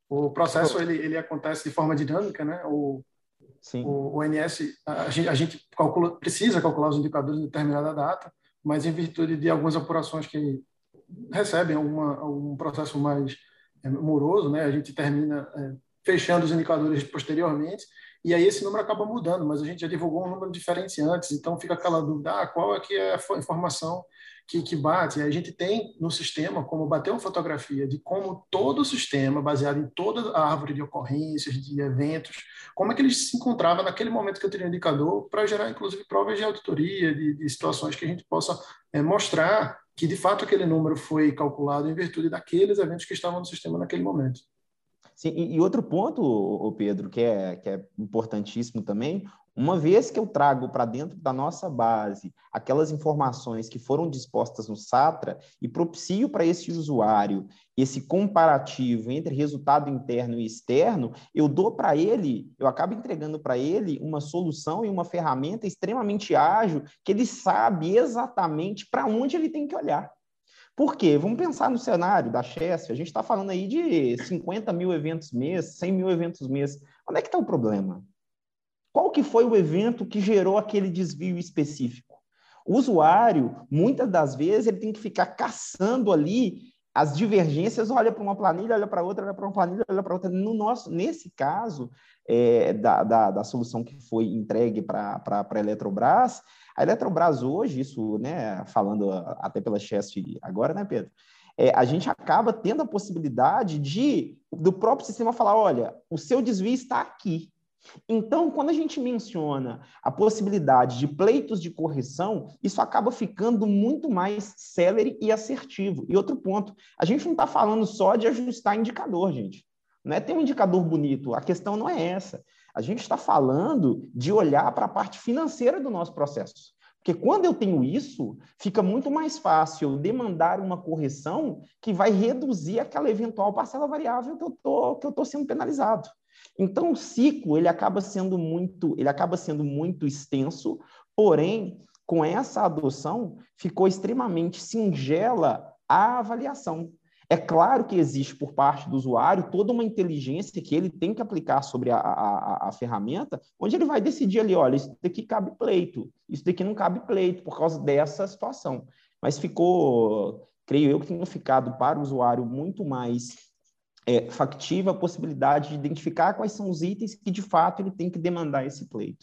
[SPEAKER 7] O processo ele, ele acontece de forma dinâmica, né? O,
[SPEAKER 5] Sim.
[SPEAKER 7] o, o O N S, a gente, a gente calcula, precisa calcular os indicadores em determinada data, mas em virtude de algumas apurações que recebem alguma, algum processo mais é, moroso, né? A gente termina é, fechando os indicadores posteriormente, e aí esse número acaba mudando, mas a gente já divulgou um número diferente antes, então fica aquela dúvida, ah, qual é que é a informação que, que bate? E aí a gente tem no sistema como bater uma fotografia de como todo o sistema, baseado em toda a árvore de ocorrências, de eventos, como é que ele se encontrava naquele momento que eu teria um indicador, para gerar, inclusive, provas de auditoria, de, de situações que a gente possa é, mostrar que, de fato, aquele número foi calculado em virtude daqueles eventos que estavam no sistema naquele momento.
[SPEAKER 5] Sim, e, e outro ponto, ô Pedro, que é, que é importantíssimo também, uma vez que eu trago para dentro da nossa base aquelas informações que foram dispostas no Satra e propicio para esse usuário esse comparativo entre resultado interno e externo, eu dou para ele, eu acabo entregando para ele uma solução e uma ferramenta extremamente ágil que ele sabe exatamente para onde ele tem que olhar. Por quê? Vamos pensar no cenário da Chesf, a gente está falando aí de cinquenta mil eventos mês, cem mil eventos mês. Onde é que está o problema? Qual que foi o evento que gerou aquele desvio específico? O usuário, muitas das vezes, ele tem que ficar caçando ali as divergências, olha para uma planilha, olha para outra, olha para uma planilha, olha para outra. No nosso, nesse caso, é, da, da, da solução que foi entregue para a Eletrobras, a Eletrobras hoje, isso, né, falando até pela Chesf agora, né, Pedro? É, a gente acaba tendo a possibilidade de, do próprio sistema falar, olha, o seu desvio está aqui. Então, quando a gente menciona a possibilidade de pleitos de correção, isso acaba ficando muito mais célere e assertivo. E outro ponto, a gente não está falando só de ajustar indicador, gente. Não é ter um indicador bonito, a questão não é essa. A gente está falando de olhar para a parte financeira do nosso processo. Porque quando eu tenho isso, fica muito mais fácil eu demandar uma correção que vai reduzir aquela eventual parcela variável que eu tô, que eu tô sendo penalizado. Então, o ciclo ele acaba sendo muito, ele acaba sendo muito extenso, porém, com essa adoção, ficou extremamente singela a avaliação. É claro que existe por parte do usuário toda uma inteligência que ele tem que aplicar sobre a, a, a ferramenta, onde ele vai decidir ali, olha, isso daqui cabe pleito, isso daqui não cabe pleito por causa dessa situação. Mas ficou, creio eu, que tenha ficado para o usuário muito mais é, factível a possibilidade de identificar quais são os itens que, de fato, ele tem que demandar esse pleito.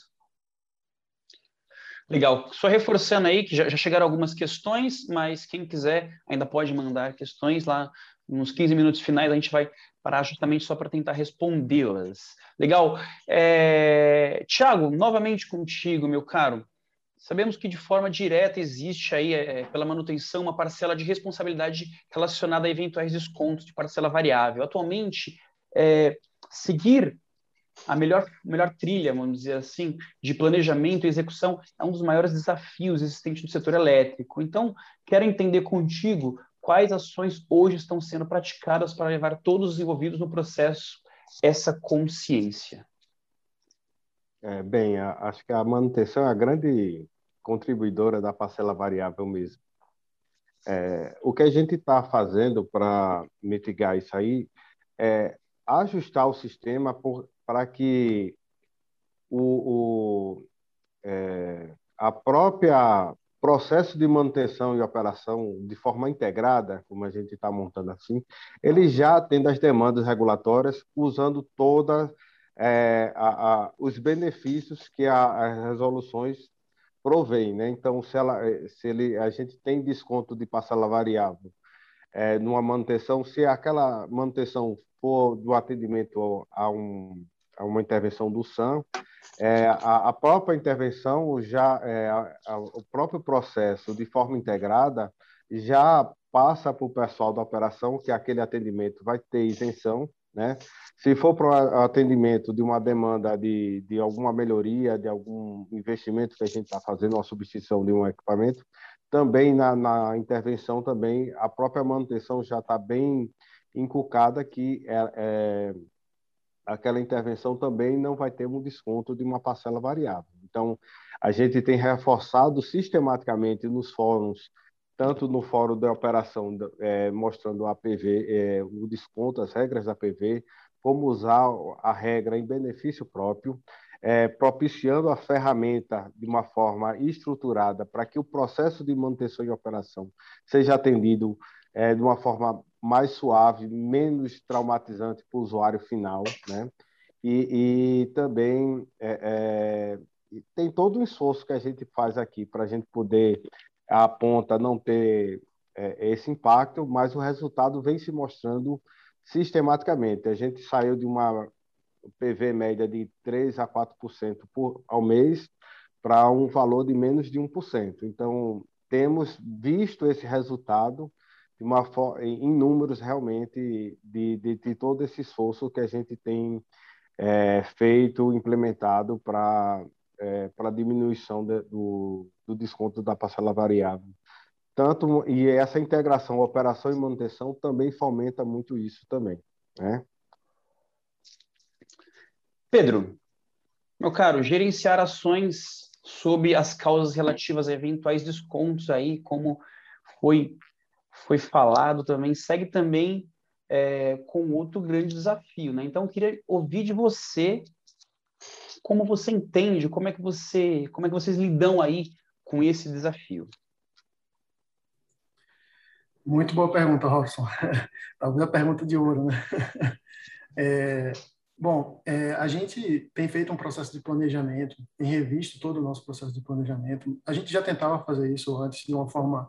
[SPEAKER 2] Legal. Só reforçando aí que já, já chegaram algumas questões, mas quem quiser ainda pode mandar questões lá nos quinze minutos finais, a gente vai parar justamente só para tentar respondê-las. Legal. É... Tiago, novamente contigo, meu caro. Sabemos que de forma direta existe aí, é, pela manutenção, uma parcela de responsabilidade relacionada a eventuais descontos de parcela variável. Atualmente, é, seguir a melhor, melhor trilha, vamos dizer assim, de planejamento e execução é um dos maiores desafios existentes no setor elétrico. Então, quero entender contigo quais ações hoje estão sendo praticadas para levar todos os envolvidos no processo essa consciência.
[SPEAKER 3] É, bem, a, acho que a manutenção é a grande contribuidora da parcela variável mesmo. É, o que a gente está fazendo para mitigar isso aí é ajustar o sistema para que o, o é, a própria processo de manutenção e operação de forma integrada, como a gente está montando assim, ele já atende às demandas regulatórias usando todas é, a, a, os benefícios que a, as resoluções provém, né? Então, se, ela, se ele, a gente tem desconto de parcela variável é, numa manutenção, se aquela manutenção for do atendimento a, um, a uma intervenção do S A M, é, a, a própria intervenção, já é, a, a, o próprio processo de forma integrada já passa para o pessoal da operação que aquele atendimento vai ter isenção, né? Se for para o atendimento de uma demanda de, de alguma melhoria, de algum investimento que a gente está fazendo, uma substituição de um equipamento, também na, na intervenção, também a própria manutenção já está bem inculcada que é, é, aquela intervenção também não vai ter um desconto de uma parcela variável. Então, a gente tem reforçado sistematicamente nos fóruns, tanto no fórum da operação, é, mostrando a P V, é, o desconto, as regras da P V, como usar a regra em benefício próprio, é, propiciando a ferramenta de uma forma estruturada para que o processo de manutenção e operação seja atendido é, de uma forma mais suave, menos traumatizante para o usuário final, né? E, e também é, é, tem todo o esforço que a gente faz aqui para a gente poder, a ponta, não ter é, esse impacto, mas o resultado vem se mostrando sistematicamente. A gente saiu de uma P V média de três a quatro por cento por, ao mês para um valor de menos de um por cento. Então, temos visto esse resultado de uma, em números realmente de, de, de todo esse esforço que a gente tem é, feito, implementado para é, para diminuição de, do, do desconto da parcela variável. Tanto, e essa integração, operação e manutenção, também fomenta muito isso também, né?
[SPEAKER 2] Pedro, meu caro, gerenciar ações sob as causas relativas a eventuais descontos aí, como foi, foi falado também, segue também é, com outro grande desafio, né? Então, eu queria ouvir de você como você entende, como é que você, como é que vocês lidam aí com esse desafio.
[SPEAKER 7] Muito boa pergunta, Robson. Talvez a pergunta de ouro, né? É, bom, é, a gente tem feito um processo de planejamento, tem revisto todo o nosso processo de planejamento. A gente já tentava fazer isso antes de uma forma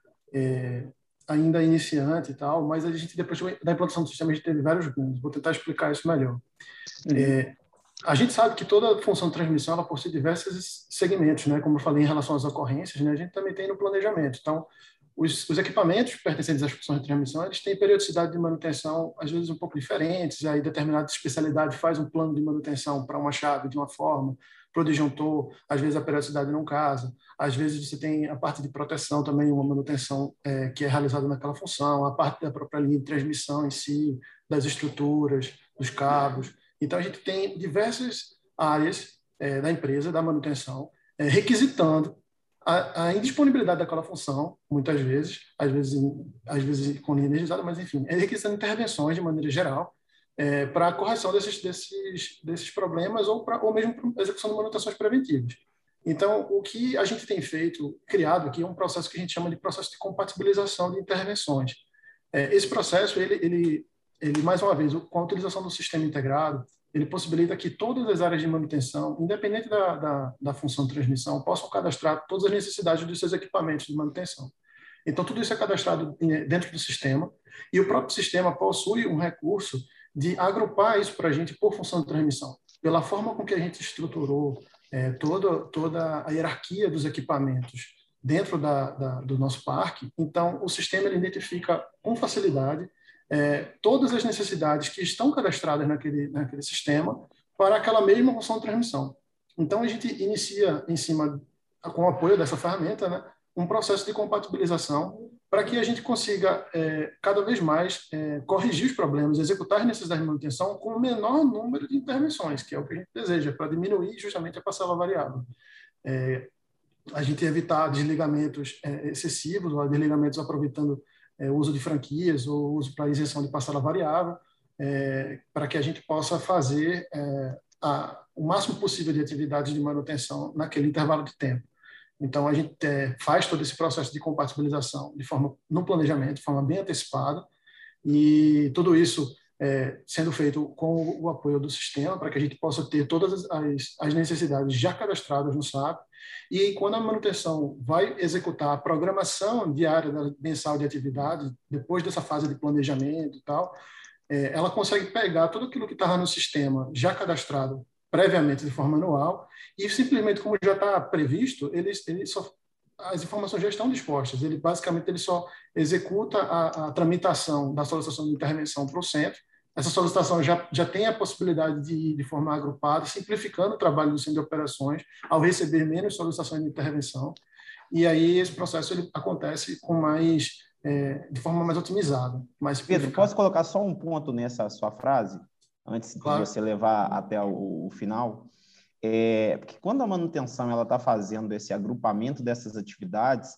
[SPEAKER 7] é, ainda iniciante e tal, mas a gente, depois da implantação do sistema, a gente teve vários ganhos. Vou tentar explicar isso melhor. Uhum. É, a gente sabe que toda função de transmissão ela possui diversos segmentos, né? Como eu falei em relação às ocorrências, né? A gente também tem no planejamento. Então, os, os equipamentos pertencentes às funções de transmissão, eles têm periodicidade de manutenção, às vezes um pouco diferentes, aí determinada especialidade faz um plano de manutenção para uma chave de uma forma, para o disjuntor, às vezes a periodicidade não casa, às vezes você tem a parte de proteção também, uma manutenção é, que é realizada naquela função, a parte da própria linha de transmissão em si, das estruturas, dos cabos. Então, a gente tem diversas áreas é, da empresa, da manutenção, é, requisitando a, a indisponibilidade daquela função, muitas vezes, às vezes, às vezes com linha energizada, mas, enfim, é requisitando intervenções de maneira geral é, para a correção desses, desses, desses problemas ou, pra, ou mesmo para a execução de manutenções preventivas. Então, o que a gente tem feito, criado aqui, é um processo que a gente chama de processo de compatibilização de intervenções. É, esse processo, ele, ele, ele, mais uma vez, com a utilização do sistema integrado, ele possibilita que todas as áreas de manutenção, independente da, da, da função de transmissão, possam cadastrar todas as necessidades dos seus equipamentos de manutenção. Então, tudo isso é cadastrado dentro do sistema e o próprio sistema possui um recurso de agrupar isso para a gente por função de transmissão. Pela forma com que a gente estruturou é, toda, toda a hierarquia dos equipamentos dentro da, da, do nosso parque, então, o sistema ele identifica com facilidade É, todas as necessidades que estão cadastradas naquele, naquele sistema para aquela mesma função de transmissão. Então, a gente inicia, em cima, com o apoio dessa ferramenta, né, um processo de compatibilização para que a gente consiga, é, cada vez mais, é, corrigir os problemas, executar as necessidades de manutenção com o menor número de intervenções, que é o que a gente deseja, para diminuir justamente a parcela variável. É, a gente evitar desligamentos é, excessivos, ou desligamentos aproveitando É, o uso de franquias ou uso para isenção de parcela variável, é, para que a gente possa fazer é, a, o máximo possível de atividades de manutenção naquele intervalo de tempo. Então, a gente é, faz todo esse processo de compatibilização de forma, no planejamento, de forma bem antecipada, e tudo isso é, sendo feito com o apoio do sistema, para que a gente possa ter todas as, as necessidades já cadastradas no S A P, e quando a manutenção vai executar a programação diária mensal de atividade, depois dessa fase de planejamento e tal, é, ela consegue pegar tudo aquilo que estava no sistema já cadastrado previamente de forma anual, e simplesmente, como já está previsto, ele, ele só, as informações já estão dispostas. Ele, basicamente, ele só executa a, a tramitação da solicitação de intervenção para o centro. Essa solicitação já, já tem a possibilidade de ir de forma agrupada, simplificando o trabalho do centro de operações, ao receber menos solicitações de intervenção. E aí esse processo ele acontece com mais, é, de forma mais otimizada. Mais
[SPEAKER 5] Pedro, posso colocar só um ponto nessa sua frase, antes claro. de você levar até o, o final? É, porque quando a manutenção está fazendo esse agrupamento dessas atividades,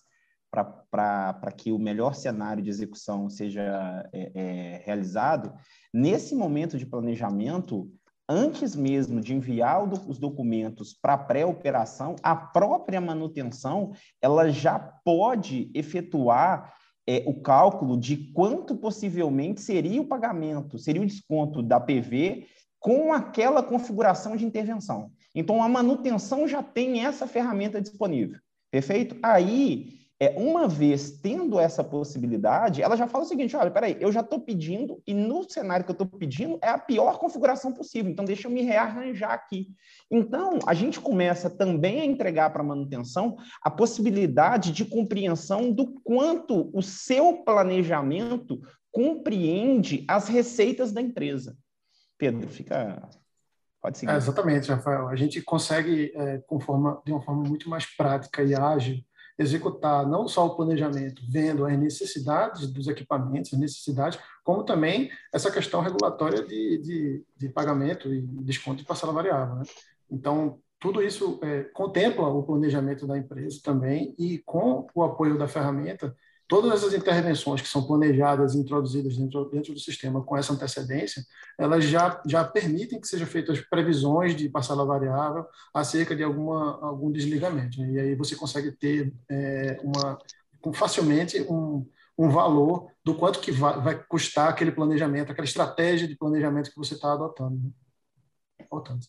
[SPEAKER 5] para que o melhor cenário de execução seja é, é, realizado, nesse momento de planejamento, antes mesmo de enviar os documentos para a pré-operação, a própria manutenção ela já pode efetuar é, o cálculo de quanto possivelmente seria o pagamento, seria o desconto da P V com aquela configuração de intervenção. Então, a manutenção já tem essa ferramenta disponível, perfeito? Aí, é, uma vez tendo essa possibilidade, ela já fala o seguinte, olha, peraí, eu já estou pedindo, e no cenário que eu estou pedindo é a pior configuração possível, então deixa eu me rearranjar aqui. Então, a gente começa também a entregar para a manutenção a possibilidade de compreensão do quanto o seu planejamento compreende as receitas da empresa. Pedro, fica... Pode seguir.
[SPEAKER 7] É, exatamente, Rafael. A gente consegue, é, com forma, de uma forma muito mais prática e ágil, executar não só o planejamento, vendo as necessidades dos equipamentos, as necessidades, como também essa questão regulatória de, de, de pagamento e desconto de parcela variável, né? Então, tudo isso é, contempla o planejamento da empresa também e, com o apoio da ferramenta, todas essas intervenções que são planejadas e introduzidas dentro, dentro do sistema com essa antecedência, elas já, já permitem que sejam feitas previsões de parcela variável acerca de alguma, algum desligamento, né? E aí você consegue ter é, uma, facilmente um, um valor do quanto que vai, vai custar aquele planejamento, aquela estratégia de planejamento que você está adotando, né? Importante.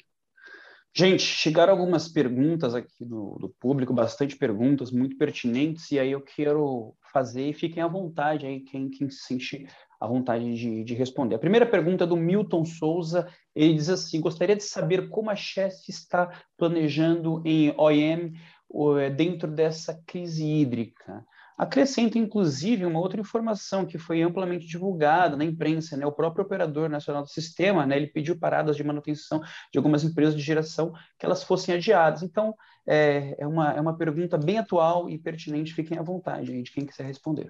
[SPEAKER 2] Gente, chegaram algumas perguntas aqui do, do público, bastante perguntas, muito pertinentes, e aí eu quero fazer, e fiquem à vontade aí, quem, quem se sentir à vontade de, de responder. A primeira pergunta é do Milton Souza, ele diz assim, gostaria de saber como a Chesf está planejando em O E M dentro dessa crise hídrica. Acrescento, inclusive, uma outra informação que foi amplamente divulgada na imprensa, né? O próprio operador nacional do sistema, né, ele pediu paradas de manutenção de algumas empresas de geração que elas fossem adiadas. Então, é, é, uma, é uma pergunta bem atual e pertinente, fiquem à vontade, gente, quem quiser responder.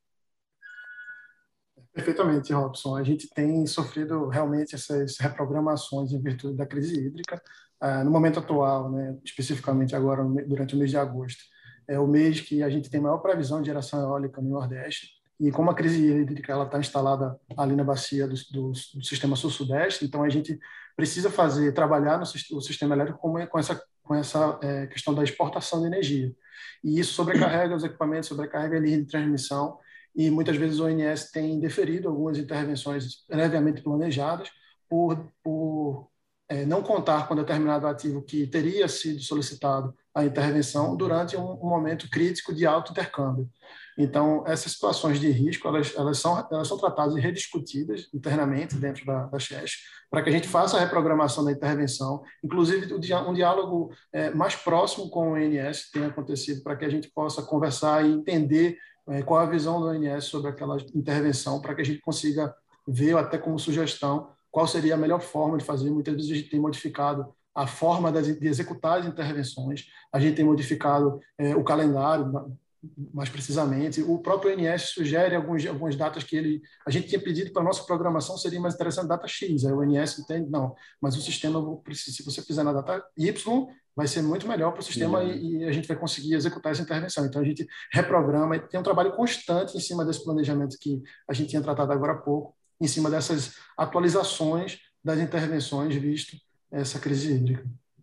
[SPEAKER 7] Perfeitamente, Robson. A gente tem sofrido realmente essas reprogramações em virtude da crise hídrica. Ah, no momento atual, né, especificamente agora, durante o mês de agosto, é o mês que a gente tem maior previsão de geração eólica no Nordeste. E como a crise hídrica ela está instalada ali na bacia do, do, do sistema sul-sudeste, então a gente precisa fazer, trabalhar no o sistema elétrico com, com essa, com essa é, questão da exportação de energia. E isso sobrecarrega os equipamentos, sobrecarrega a linha de transmissão, e muitas vezes o O N S tem deferido algumas intervenções previamente planejadas por, por é, não contar com determinado ativo que teria sido solicitado a intervenção durante um, um momento crítico de alto intercâmbio. Então, essas situações de risco, elas, elas, são, elas são tratadas e rediscutidas internamente dentro da, da Chesf, para que a gente faça a reprogramação da intervenção, inclusive um diálogo é, mais próximo com o O N S tem acontecido, para que a gente possa conversar e entender qual a visão do O N S sobre aquela intervenção, para que a gente consiga ver, até como sugestão, qual seria a melhor forma de fazer. Muitas vezes a gente tem modificado a forma de executar as intervenções, a gente tem modificado é, o calendário, mais precisamente. O próprio O N S sugere alguns, algumas datas que ele... A gente tinha pedido para a nossa programação, seria mais interessante data X, aí o O N S entende, não, mas o sistema, se você fizer na data Y, vai ser muito melhor para o sistema uhum. e, e a gente vai conseguir executar essa intervenção. Então, a gente reprograma e tem um trabalho constante em cima desse planejamento que a gente tinha tratado agora há pouco, em cima dessas atualizações das intervenções, visto essa crise hídrica.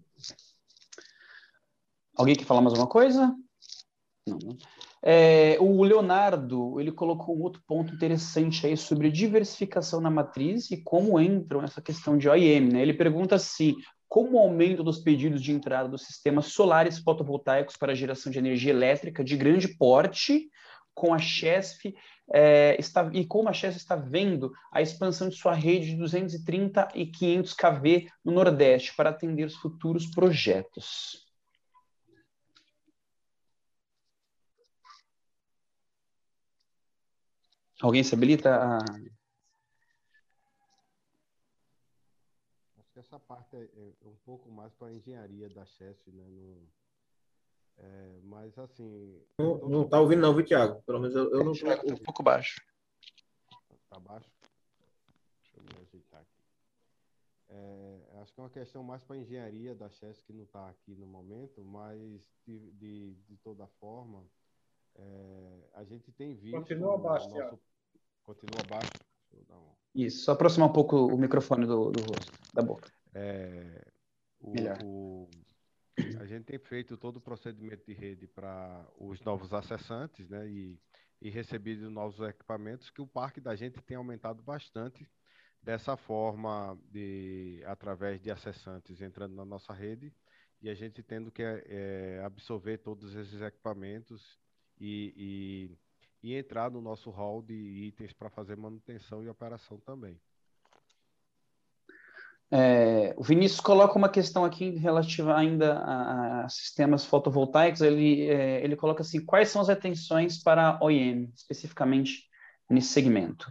[SPEAKER 2] Alguém quer falar mais uma coisa? Não, não. É, o Leonardo, ele colocou um outro ponto interessante aí sobre diversificação na matriz e como entram essa questão de O I M, né? Ele pergunta assim, como o aumento dos pedidos de entrada dos sistemas solares fotovoltaicos para geração de energia elétrica de grande porte, com a Chesf, é, está, e como a Chesf está vendo a expansão de sua rede de duzentos e trinta e quinhentos kV no Nordeste para atender os futuros projetos. Alguém se habilita a...
[SPEAKER 3] Acho que essa parte é, é um pouco mais para a engenharia da Chesf, né? No, é, mas, assim...
[SPEAKER 6] Não, todo... não tá ouvindo não, viu, Thiago? Pelo menos eu, eu não tô...
[SPEAKER 2] Tá um pouco baixo.
[SPEAKER 3] Tá baixo? Deixa eu me ajeitar aqui. É, acho que é uma questão mais para a engenharia da Chesf, que não está aqui no momento, mas, de, de, de toda forma... é, a gente tem visto...
[SPEAKER 4] Continua abaixo,
[SPEAKER 3] nosso...
[SPEAKER 4] Thiago.
[SPEAKER 3] Continua abaixo. Deixa eu dar um...
[SPEAKER 2] Isso, só aproximar um pouco o microfone do, do rosto, da boca.
[SPEAKER 3] É, o,
[SPEAKER 2] Melhor.
[SPEAKER 3] O, a gente tem feito todo o procedimento de rede para os novos acessantes, né, e, e recebido novos equipamentos, que o parque da gente tem aumentado bastante dessa forma, de, através de acessantes entrando na nossa rede, e a gente tendo que é, absorver todos esses equipamentos e, e, e entrar no nosso hall de itens para fazer manutenção e operação também.
[SPEAKER 2] É, o Vinícius coloca uma questão aqui relativa ainda a, a sistemas fotovoltaicos. Ele, é, ele coloca assim: quais são as atenções para a O E M, especificamente nesse segmento?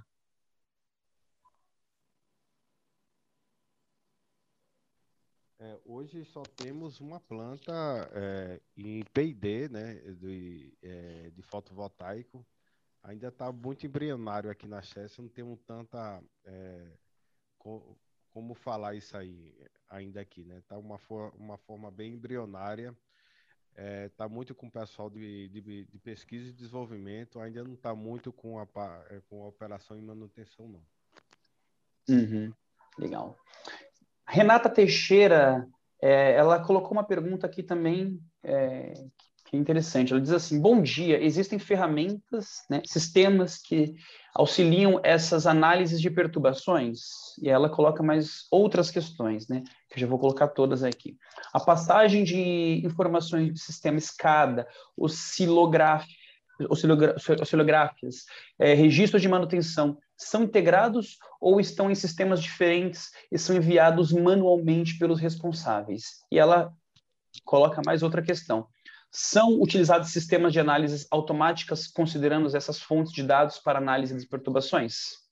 [SPEAKER 3] É, hoje só temos uma planta é, em P e D, né, de, é, de fotovoltaico. Ainda está muito embrionário aqui na Chess, não temos tanta... É, co como falar isso aí ainda aqui, né? Está uma, for uma forma bem embrionária, está é, muito com o pessoal de, de, de pesquisa e desenvolvimento, ainda não está muito com a, com a operação e manutenção, não.
[SPEAKER 2] Uhum, legal. Renata Teixeira, é, ela colocou uma pergunta aqui também, é, que é interessante. Ela diz assim: bom dia, existem ferramentas, né, sistemas que auxiliam essas análises de perturbações? E ela coloca mais outras questões, né, que eu já vou colocar todas aqui. A passagem de informações do sistema SCADA, oscilográfico, oscilográficas, é, registros de manutenção, são integrados ou estão em sistemas diferentes e são enviados manualmente pelos responsáveis? E ela coloca mais outra questão: são utilizados sistemas de análises automáticas considerando essas fontes de dados para análise de perturbações?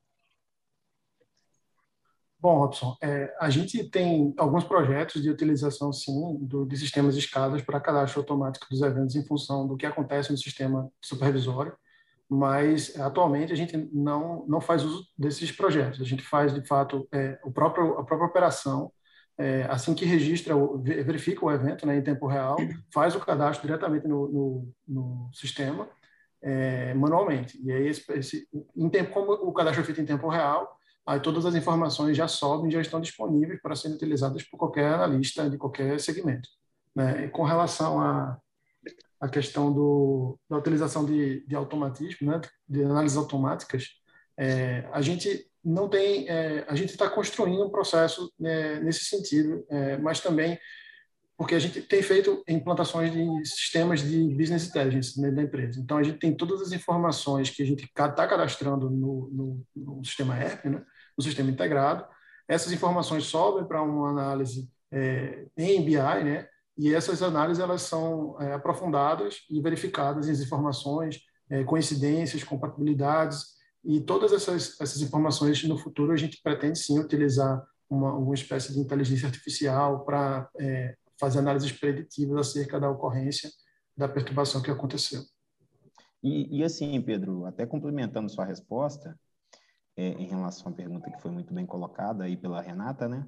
[SPEAKER 7] Bom, Robson, é, a gente tem alguns projetos de utilização, sim, do, de sistemas SCADA para cadastro automático dos eventos em função do que acontece no sistema supervisório, mas atualmente a gente não, não faz uso desses projetos. A gente faz, de fato, é, o próprio, a própria operação, é, assim que registra, verifica o evento, né, em tempo real, faz o cadastro diretamente no, no, no sistema, é, manualmente. E aí, esse, esse, em tempo, como o cadastro é feito em tempo real, aí todas as informações já sobem, já estão disponíveis para serem utilizadas por qualquer analista de qualquer segmento, né? E com relação a a questão do, da utilização de, de automatismo, né, de análises automáticas, é, a gente não tem, é, a gente está construindo um processo, né, nesse sentido, é, mas também porque a gente tem feito implantações de sistemas de business intelligence, né, da empresa. Então, a gente tem todas as informações que a gente está cadastrando no, no, no sistema E R P, né, no sistema integrado. Essas informações sobem para uma análise é, em B I, né, e essas análises elas são é, aprofundadas e verificadas as informações, é, coincidências, compatibilidades, e todas essas, essas informações no futuro a gente pretende sim utilizar uma, uma espécie de inteligência artificial para é, fazer análises preditivas acerca da ocorrência da perturbação que aconteceu.
[SPEAKER 5] E, e assim, Pedro, até complementando sua resposta, é, em relação à pergunta que foi muito bem colocada aí pela Renata, né?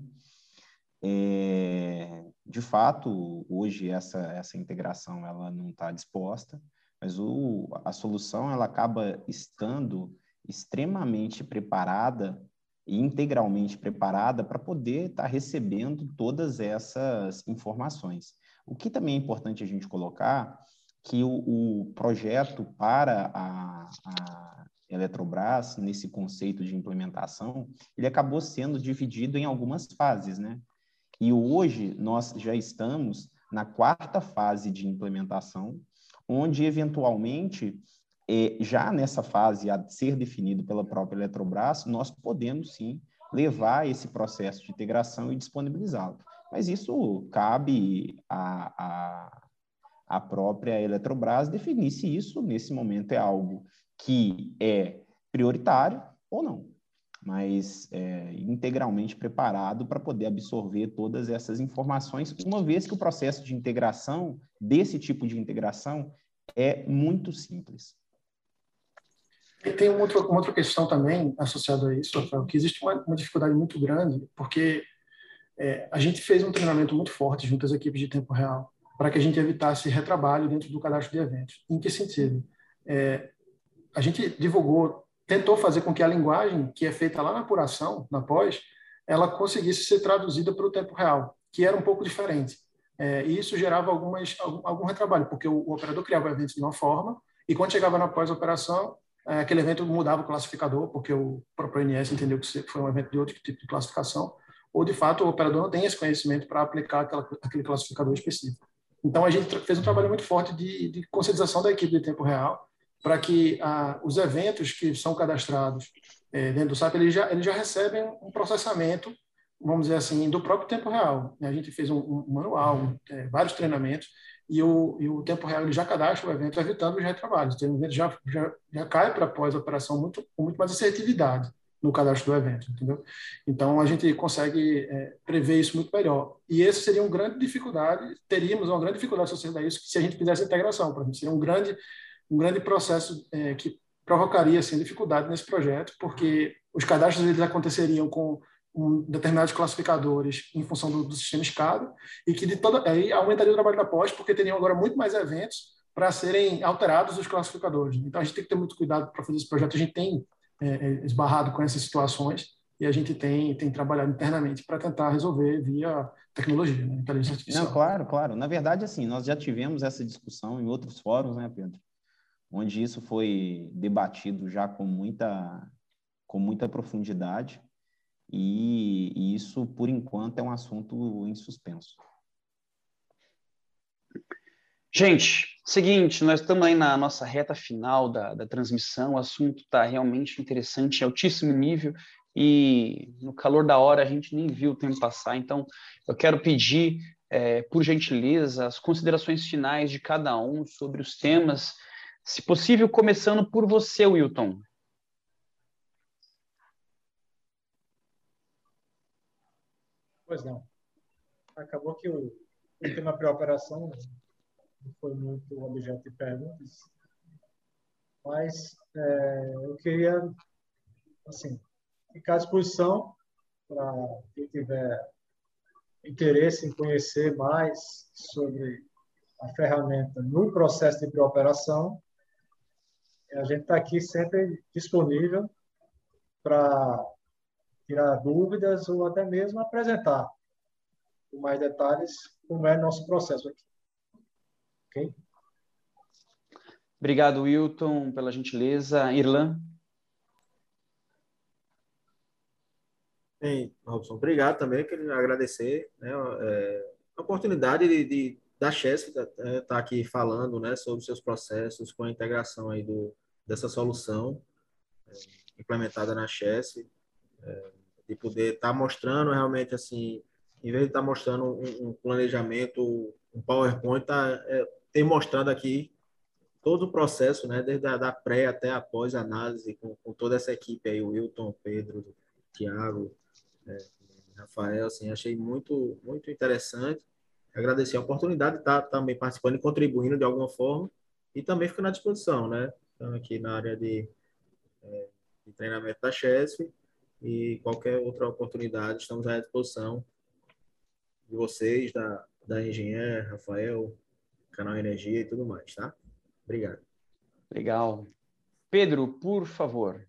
[SPEAKER 5] É, de fato, hoje essa, essa integração ela não está disposta, mas o, a solução ela acaba estando extremamente preparada e integralmente preparada para poder estar tá recebendo todas essas informações. O que também é importante a gente colocar que o, o projeto para a, a Eletrobras, nesse conceito de implementação, ele acabou sendo dividido em algumas fases, né? E hoje nós já estamos na quarta fase de implementação, onde eventualmente, eh, já nessa fase a ser definido pela própria Eletrobras, nós podemos sim levar esse processo de integração e disponibilizá-lo. Mas isso cabe à, à, à própria Eletrobras definir se isso, nesse momento, é algo que é prioritário ou não, mas é, integralmente preparado para poder absorver todas essas informações, uma vez que o processo de integração, desse tipo de integração, é muito simples.
[SPEAKER 7] E tem uma outra, uma outra questão também associada a isso, Rafael, que existe uma, uma dificuldade muito grande, porque é, a gente fez um treinamento muito forte junto às equipes de tempo real, para que a gente evitasse retrabalho dentro do cadastro de eventos. Em que sentido? É, a gente divulgou, tentou fazer com que a linguagem que é feita lá na apuração, na pós, ela conseguisse ser traduzida para o tempo real, que era um pouco diferente. É, e isso gerava algumas, algum, algum retrabalho, porque o, o operador criava o evento de uma forma, e quando chegava na pós-operação, é, aquele evento mudava o classificador, porque o próprio O N S entendeu que foi um evento de outro tipo de classificação, ou, de fato, o operador não tem esse conhecimento para aplicar aquela, aquele classificador específico. Então, a gente fez um trabalho muito forte de, de conscientização da equipe de tempo real, para que ah, os eventos que são cadastrados é, dentro do S A P, eles já, eles já recebem um processamento, vamos dizer assim, do próprio tempo real. A gente fez um, um manual, um, é, vários treinamentos, e o, e o tempo real ele já cadastra o evento, evitando os retrabalhos. Então, o evento já, já, já cai para pós-operação muito, com muito mais assertividade no cadastro do evento, entendeu? Então, a gente consegue é, prever isso muito melhor. E esse seria uma grande dificuldade, teríamos uma grande dificuldade associada a isso se a gente fizesse integração, para a gente seria um grande, um grande processo é, que provocaria assim, dificuldade nesse projeto, porque os cadastros eles aconteceriam com um, determinados classificadores em função do, do sistema SCADA, e que de toda, aí aumentaria o trabalho da pós, porque teriam agora muito mais eventos para serem alterados os classificadores. Então, a gente tem que ter muito cuidado para fazer esse projeto. A gente tem é, esbarrado com essas situações e a gente tem, tem trabalhado internamente para tentar resolver via tecnologia, né, inteligência artificial.
[SPEAKER 5] Não, claro, claro. Na verdade, assim, nós já tivemos essa discussão em outros fóruns, né, Pedro? Onde isso foi debatido já com muita, com muita profundidade, e, e isso, por enquanto, é um assunto em suspenso.
[SPEAKER 2] Gente, seguinte, nós estamos aí na nossa reta final da, da transmissão, o assunto está realmente interessante, altíssimo nível, e no calor da hora a gente nem viu o tempo passar, então eu quero pedir, é, por gentileza, as considerações finais de cada um sobre os temas, se possível, começando por você, Wilton.
[SPEAKER 4] Pois não. Acabou que o, o tema pré-operação não foi muito objeto de perguntas, mas é, eu queria, assim, ficar à disposição para quem tiver interesse em conhecer mais sobre a ferramenta no processo de pré-operação. A gente está aqui sempre disponível para tirar dúvidas ou até mesmo apresentar com mais detalhes como é nosso processo aqui. Ok?
[SPEAKER 2] Obrigado, Wilton, pela gentileza. Irlan?
[SPEAKER 6] Bem, Robson, obrigado também. Queria agradecer, né, é, a oportunidade de, de da Chesf estar é, tá aqui falando, né, sobre seus processos com a integração aí do, dessa solução é, implementada na Chesf, é, de poder estar tá mostrando realmente assim, em vez de estar tá mostrando um, um planejamento, um PowerPoint, tá é, ter mostrado aqui todo o processo, né, desde a da pré até a pós-análise, com, com toda essa equipe aí, o Wilton, Pedro, Thiago, é, Rafael, assim, achei muito, muito interessante. Agradecer a oportunidade de estar também participando e contribuindo de alguma forma, e também fico à disposição, né? Então, aqui na área de, é, de treinamento da Chesf, e qualquer outra oportunidade, estamos à disposição de vocês, da, da Engenheiro, Rafael, Canal Energia e tudo mais, tá? Obrigado.
[SPEAKER 2] Legal. Pedro, por favor.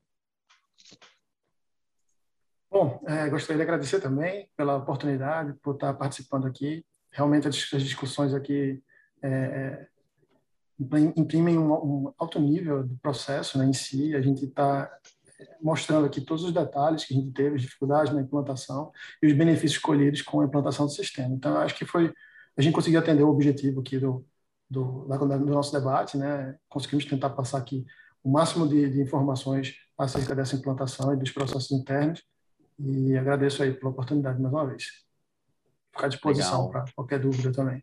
[SPEAKER 7] Bom, é, gostaria de agradecer também pela oportunidade, por estar participando aqui. Realmente as discussões aqui é, imprimem um, um alto nível do processo, né, em si. A gente está mostrando aqui todos os detalhes que a gente teve, as dificuldades na implantação e os benefícios colhidos com a implantação do sistema. Então, eu acho que foi a gente conseguiu atender o objetivo aqui do, do, do nosso debate, né? Conseguimos tentar passar aqui o máximo de, de informações acerca dessa implantação e dos processos internos. E agradeço aí pela oportunidade mais uma vez. Ficar à disposição para qualquer dúvida também.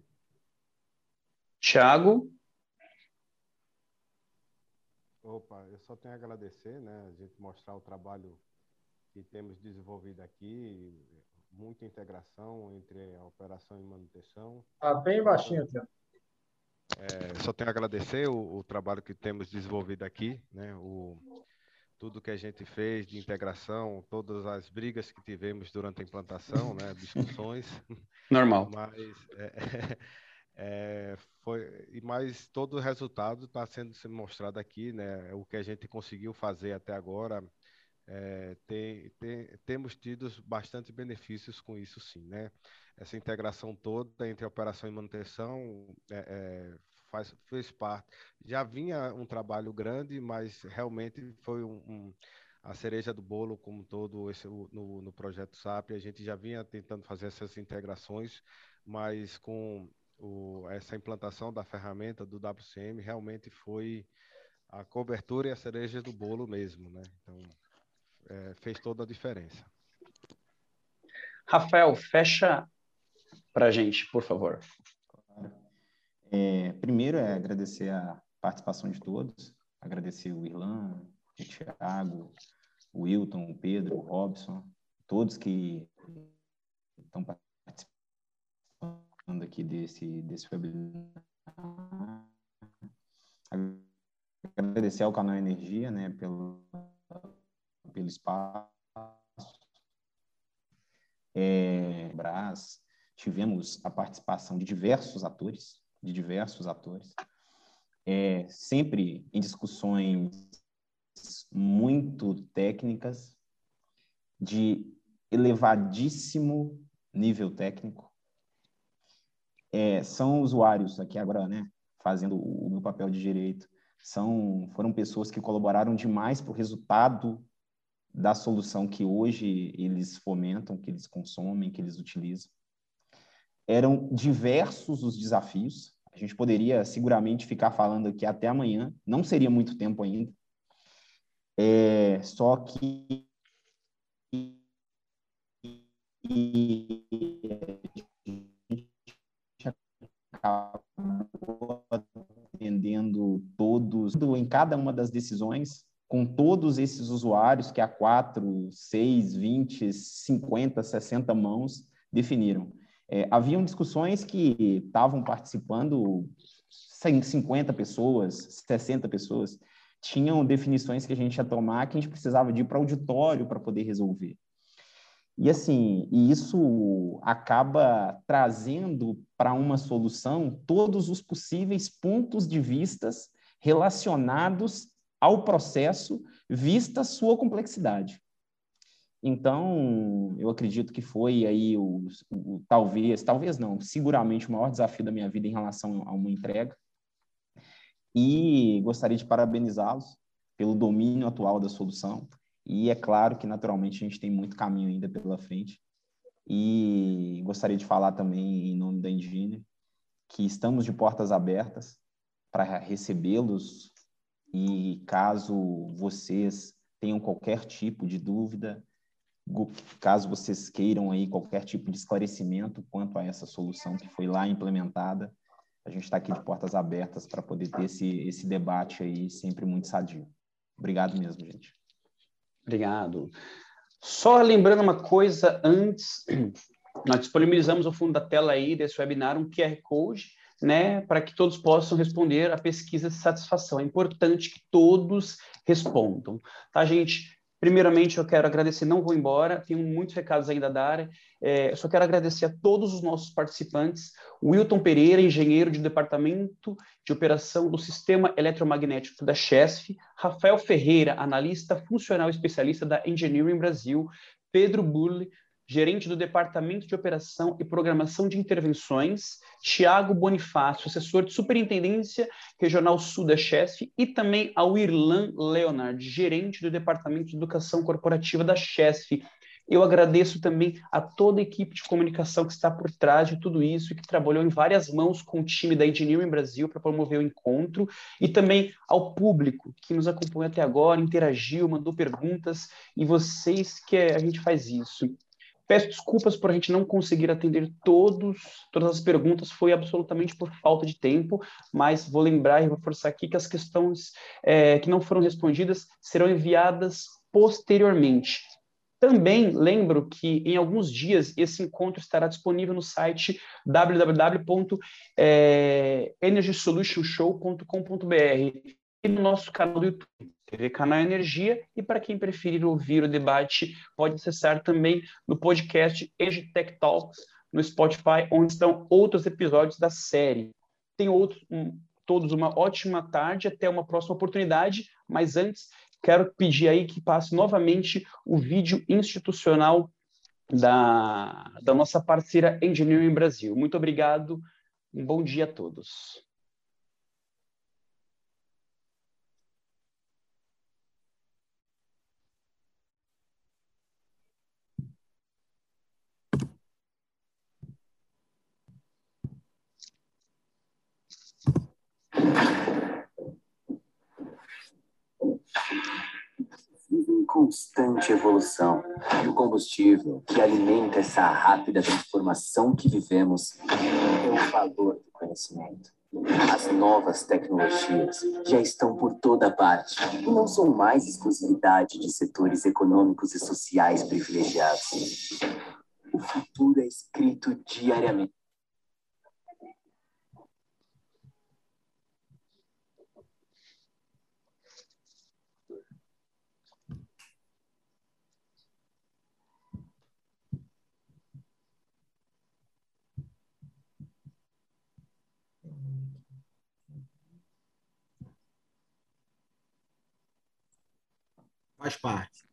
[SPEAKER 2] Thiago?
[SPEAKER 3] Opa, eu só tenho a agradecer, né? A gente mostrar o trabalho que temos desenvolvido aqui, muita integração entre a operação e manutenção.
[SPEAKER 4] Está bem baixinho, Thiago.
[SPEAKER 3] É, só tenho a agradecer o, o trabalho que temos desenvolvido aqui, né? O tudo que a gente fez de integração, todas as brigas que tivemos durante a implantação, né, discussões.
[SPEAKER 2] Normal.
[SPEAKER 3] Mas é, É, foi, mas todo o resultado está sendo, sendo mostrado aqui, né? O que a gente conseguiu fazer até agora, é, tem, tem, temos tido bastante benefícios com isso, sim, né? Essa integração toda entre operação e manutenção é, é, faz, fez parte. Já vinha um trabalho grande, mas realmente foi um, um, a cereja do bolo como todo esse, no, no projeto S A P. A gente já vinha tentando fazer essas integrações, mas com o, essa implantação da ferramenta do W C M realmente foi a cobertura e a cereja do bolo mesmo, né? Então, é, fez toda a diferença.
[SPEAKER 2] Rafael, fecha para a gente, por favor.
[SPEAKER 5] É, primeiro é agradecer a participação de todos, agradecer o Irlan, o Thiago, o Wilton, o Pedro, o Robson, todos que estão participando aqui desse, desse webinar. Agradecer ao Canal Energia, né, pelo, pelo espaço. É, Brás, tivemos a participação de diversos atores, de diversos atores, é, sempre em discussões muito técnicas, de elevadíssimo nível técnico. É, são usuários aqui agora, né, fazendo o meu papel de direito, são, foram pessoas que colaboraram demais para o resultado da solução que hoje eles fomentam, que eles consomem, que eles utilizam. Eram diversos os desafios. A gente poderia seguramente ficar falando aqui até amanhã, não seria muito tempo ainda. É, só que acabou atendendo todos, em cada uma das decisões, com todos esses usuários que há quatro, seis, vinte, cinquenta, sessenta mãos definiram. É, haviam discussões que estavam participando cinquenta pessoas, sessenta pessoas, tinham definições que a gente ia tomar que a gente precisava de ir para o auditório para poder resolver. E assim, e isso acaba trazendo para uma solução todos os possíveis pontos de vistas relacionados ao processo, vista sua complexidade. Então, eu acredito que foi aí o, o, o talvez, talvez não, seguramente o maior desafio da minha vida em relação a uma entrega. E gostaria de parabenizá-los pelo domínio atual da solução. E é claro que, naturalmente, a gente tem muito caminho ainda pela frente. E gostaria de falar também, em nome da Engineer, que estamos de portas abertas para recebê-los. E caso vocês tenham qualquer tipo de dúvida, caso vocês queiram aí qualquer tipo de esclarecimento quanto a essa solução que foi lá implementada, a gente está aqui de portas abertas para poder ter esse, esse debate aí sempre muito sadio. Obrigado mesmo, gente.
[SPEAKER 2] Obrigado. Só lembrando uma coisa antes, nós disponibilizamos ao fundo da tela aí desse webinar um Q R Code, né, para que todos possam responder a pesquisa de satisfação. É importante que todos respondam, tá, gente? Primeiramente, eu quero agradecer, não vou embora, tenho muitos recados ainda a dar. É, eu só quero agradecer a todos os nossos participantes. O Wilton Pereira, engenheiro de departamento de operação do Sistema Eletromagnético da Chesf. Rafael Ferreira, analista funcional especialista da Engineering Brasil. Pedro Burle, gerente do Departamento de Operação e Programação de Intervenções, Tiago Bonifácio, assessor de Superintendência Regional Sul da Chesf, e também ao Irlan Leonard, gerente do Departamento de Educação Corporativa da Chesf. Eu agradeço também a toda a equipe de comunicação que está por trás de tudo isso e que trabalhou em várias mãos com o time da Engineering Brasil para promover o encontro, e também ao público que nos acompanhou até agora, interagiu, mandou perguntas, e vocês que a gente faz isso. Peço desculpas por a gente não conseguir atender todos, todas as perguntas, foi absolutamente por falta de tempo, mas vou lembrar e reforçar aqui que as questões é, que não foram respondidas serão enviadas posteriormente. Também lembro que em alguns dias esse encontro estará disponível no site w w w ponto energy solution show ponto com ponto b r e no nosso canal do YouTube, T V Canal Energia, e para quem preferir ouvir o debate, pode acessar também no podcast Energy Tech Talks no Spotify, onde estão outros episódios da série. Tenham outros, um, todos uma ótima tarde, até uma próxima oportunidade, mas antes quero pedir aí que passe novamente o vídeo institucional da, da nossa parceira Engineering Brasil. Muito obrigado, um bom dia a todos.
[SPEAKER 8] Vive em constante evolução. E o combustível que alimenta essa rápida transformação que vivemos é o valor do conhecimento. As novas tecnologias já estão por toda parte e não são mais exclusividade de setores econômicos e sociais privilegiados. O futuro é escrito diariamente.
[SPEAKER 6] Faz parte.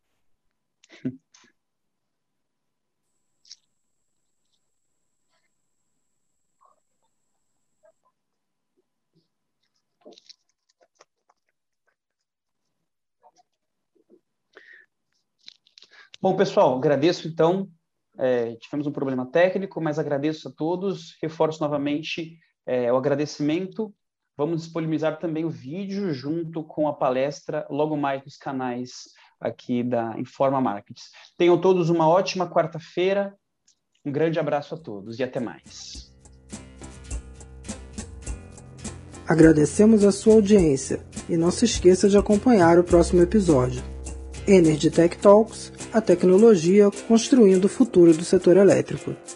[SPEAKER 2] Bom, pessoal, agradeço então. É, tivemos um problema técnico, mas agradeço a todos. Reforço novamente é, o agradecimento. Vamos disponibilizar também o vídeo junto com a palestra logo mais nos canais aqui da Informa Markets. Tenham todos uma ótima quarta-feira. Um grande abraço a todos e até mais.
[SPEAKER 1] Agradecemos a sua audiência e não se esqueça de acompanhar o próximo episódio. Energy Tech Talks, a tecnologia construindo o futuro do setor elétrico.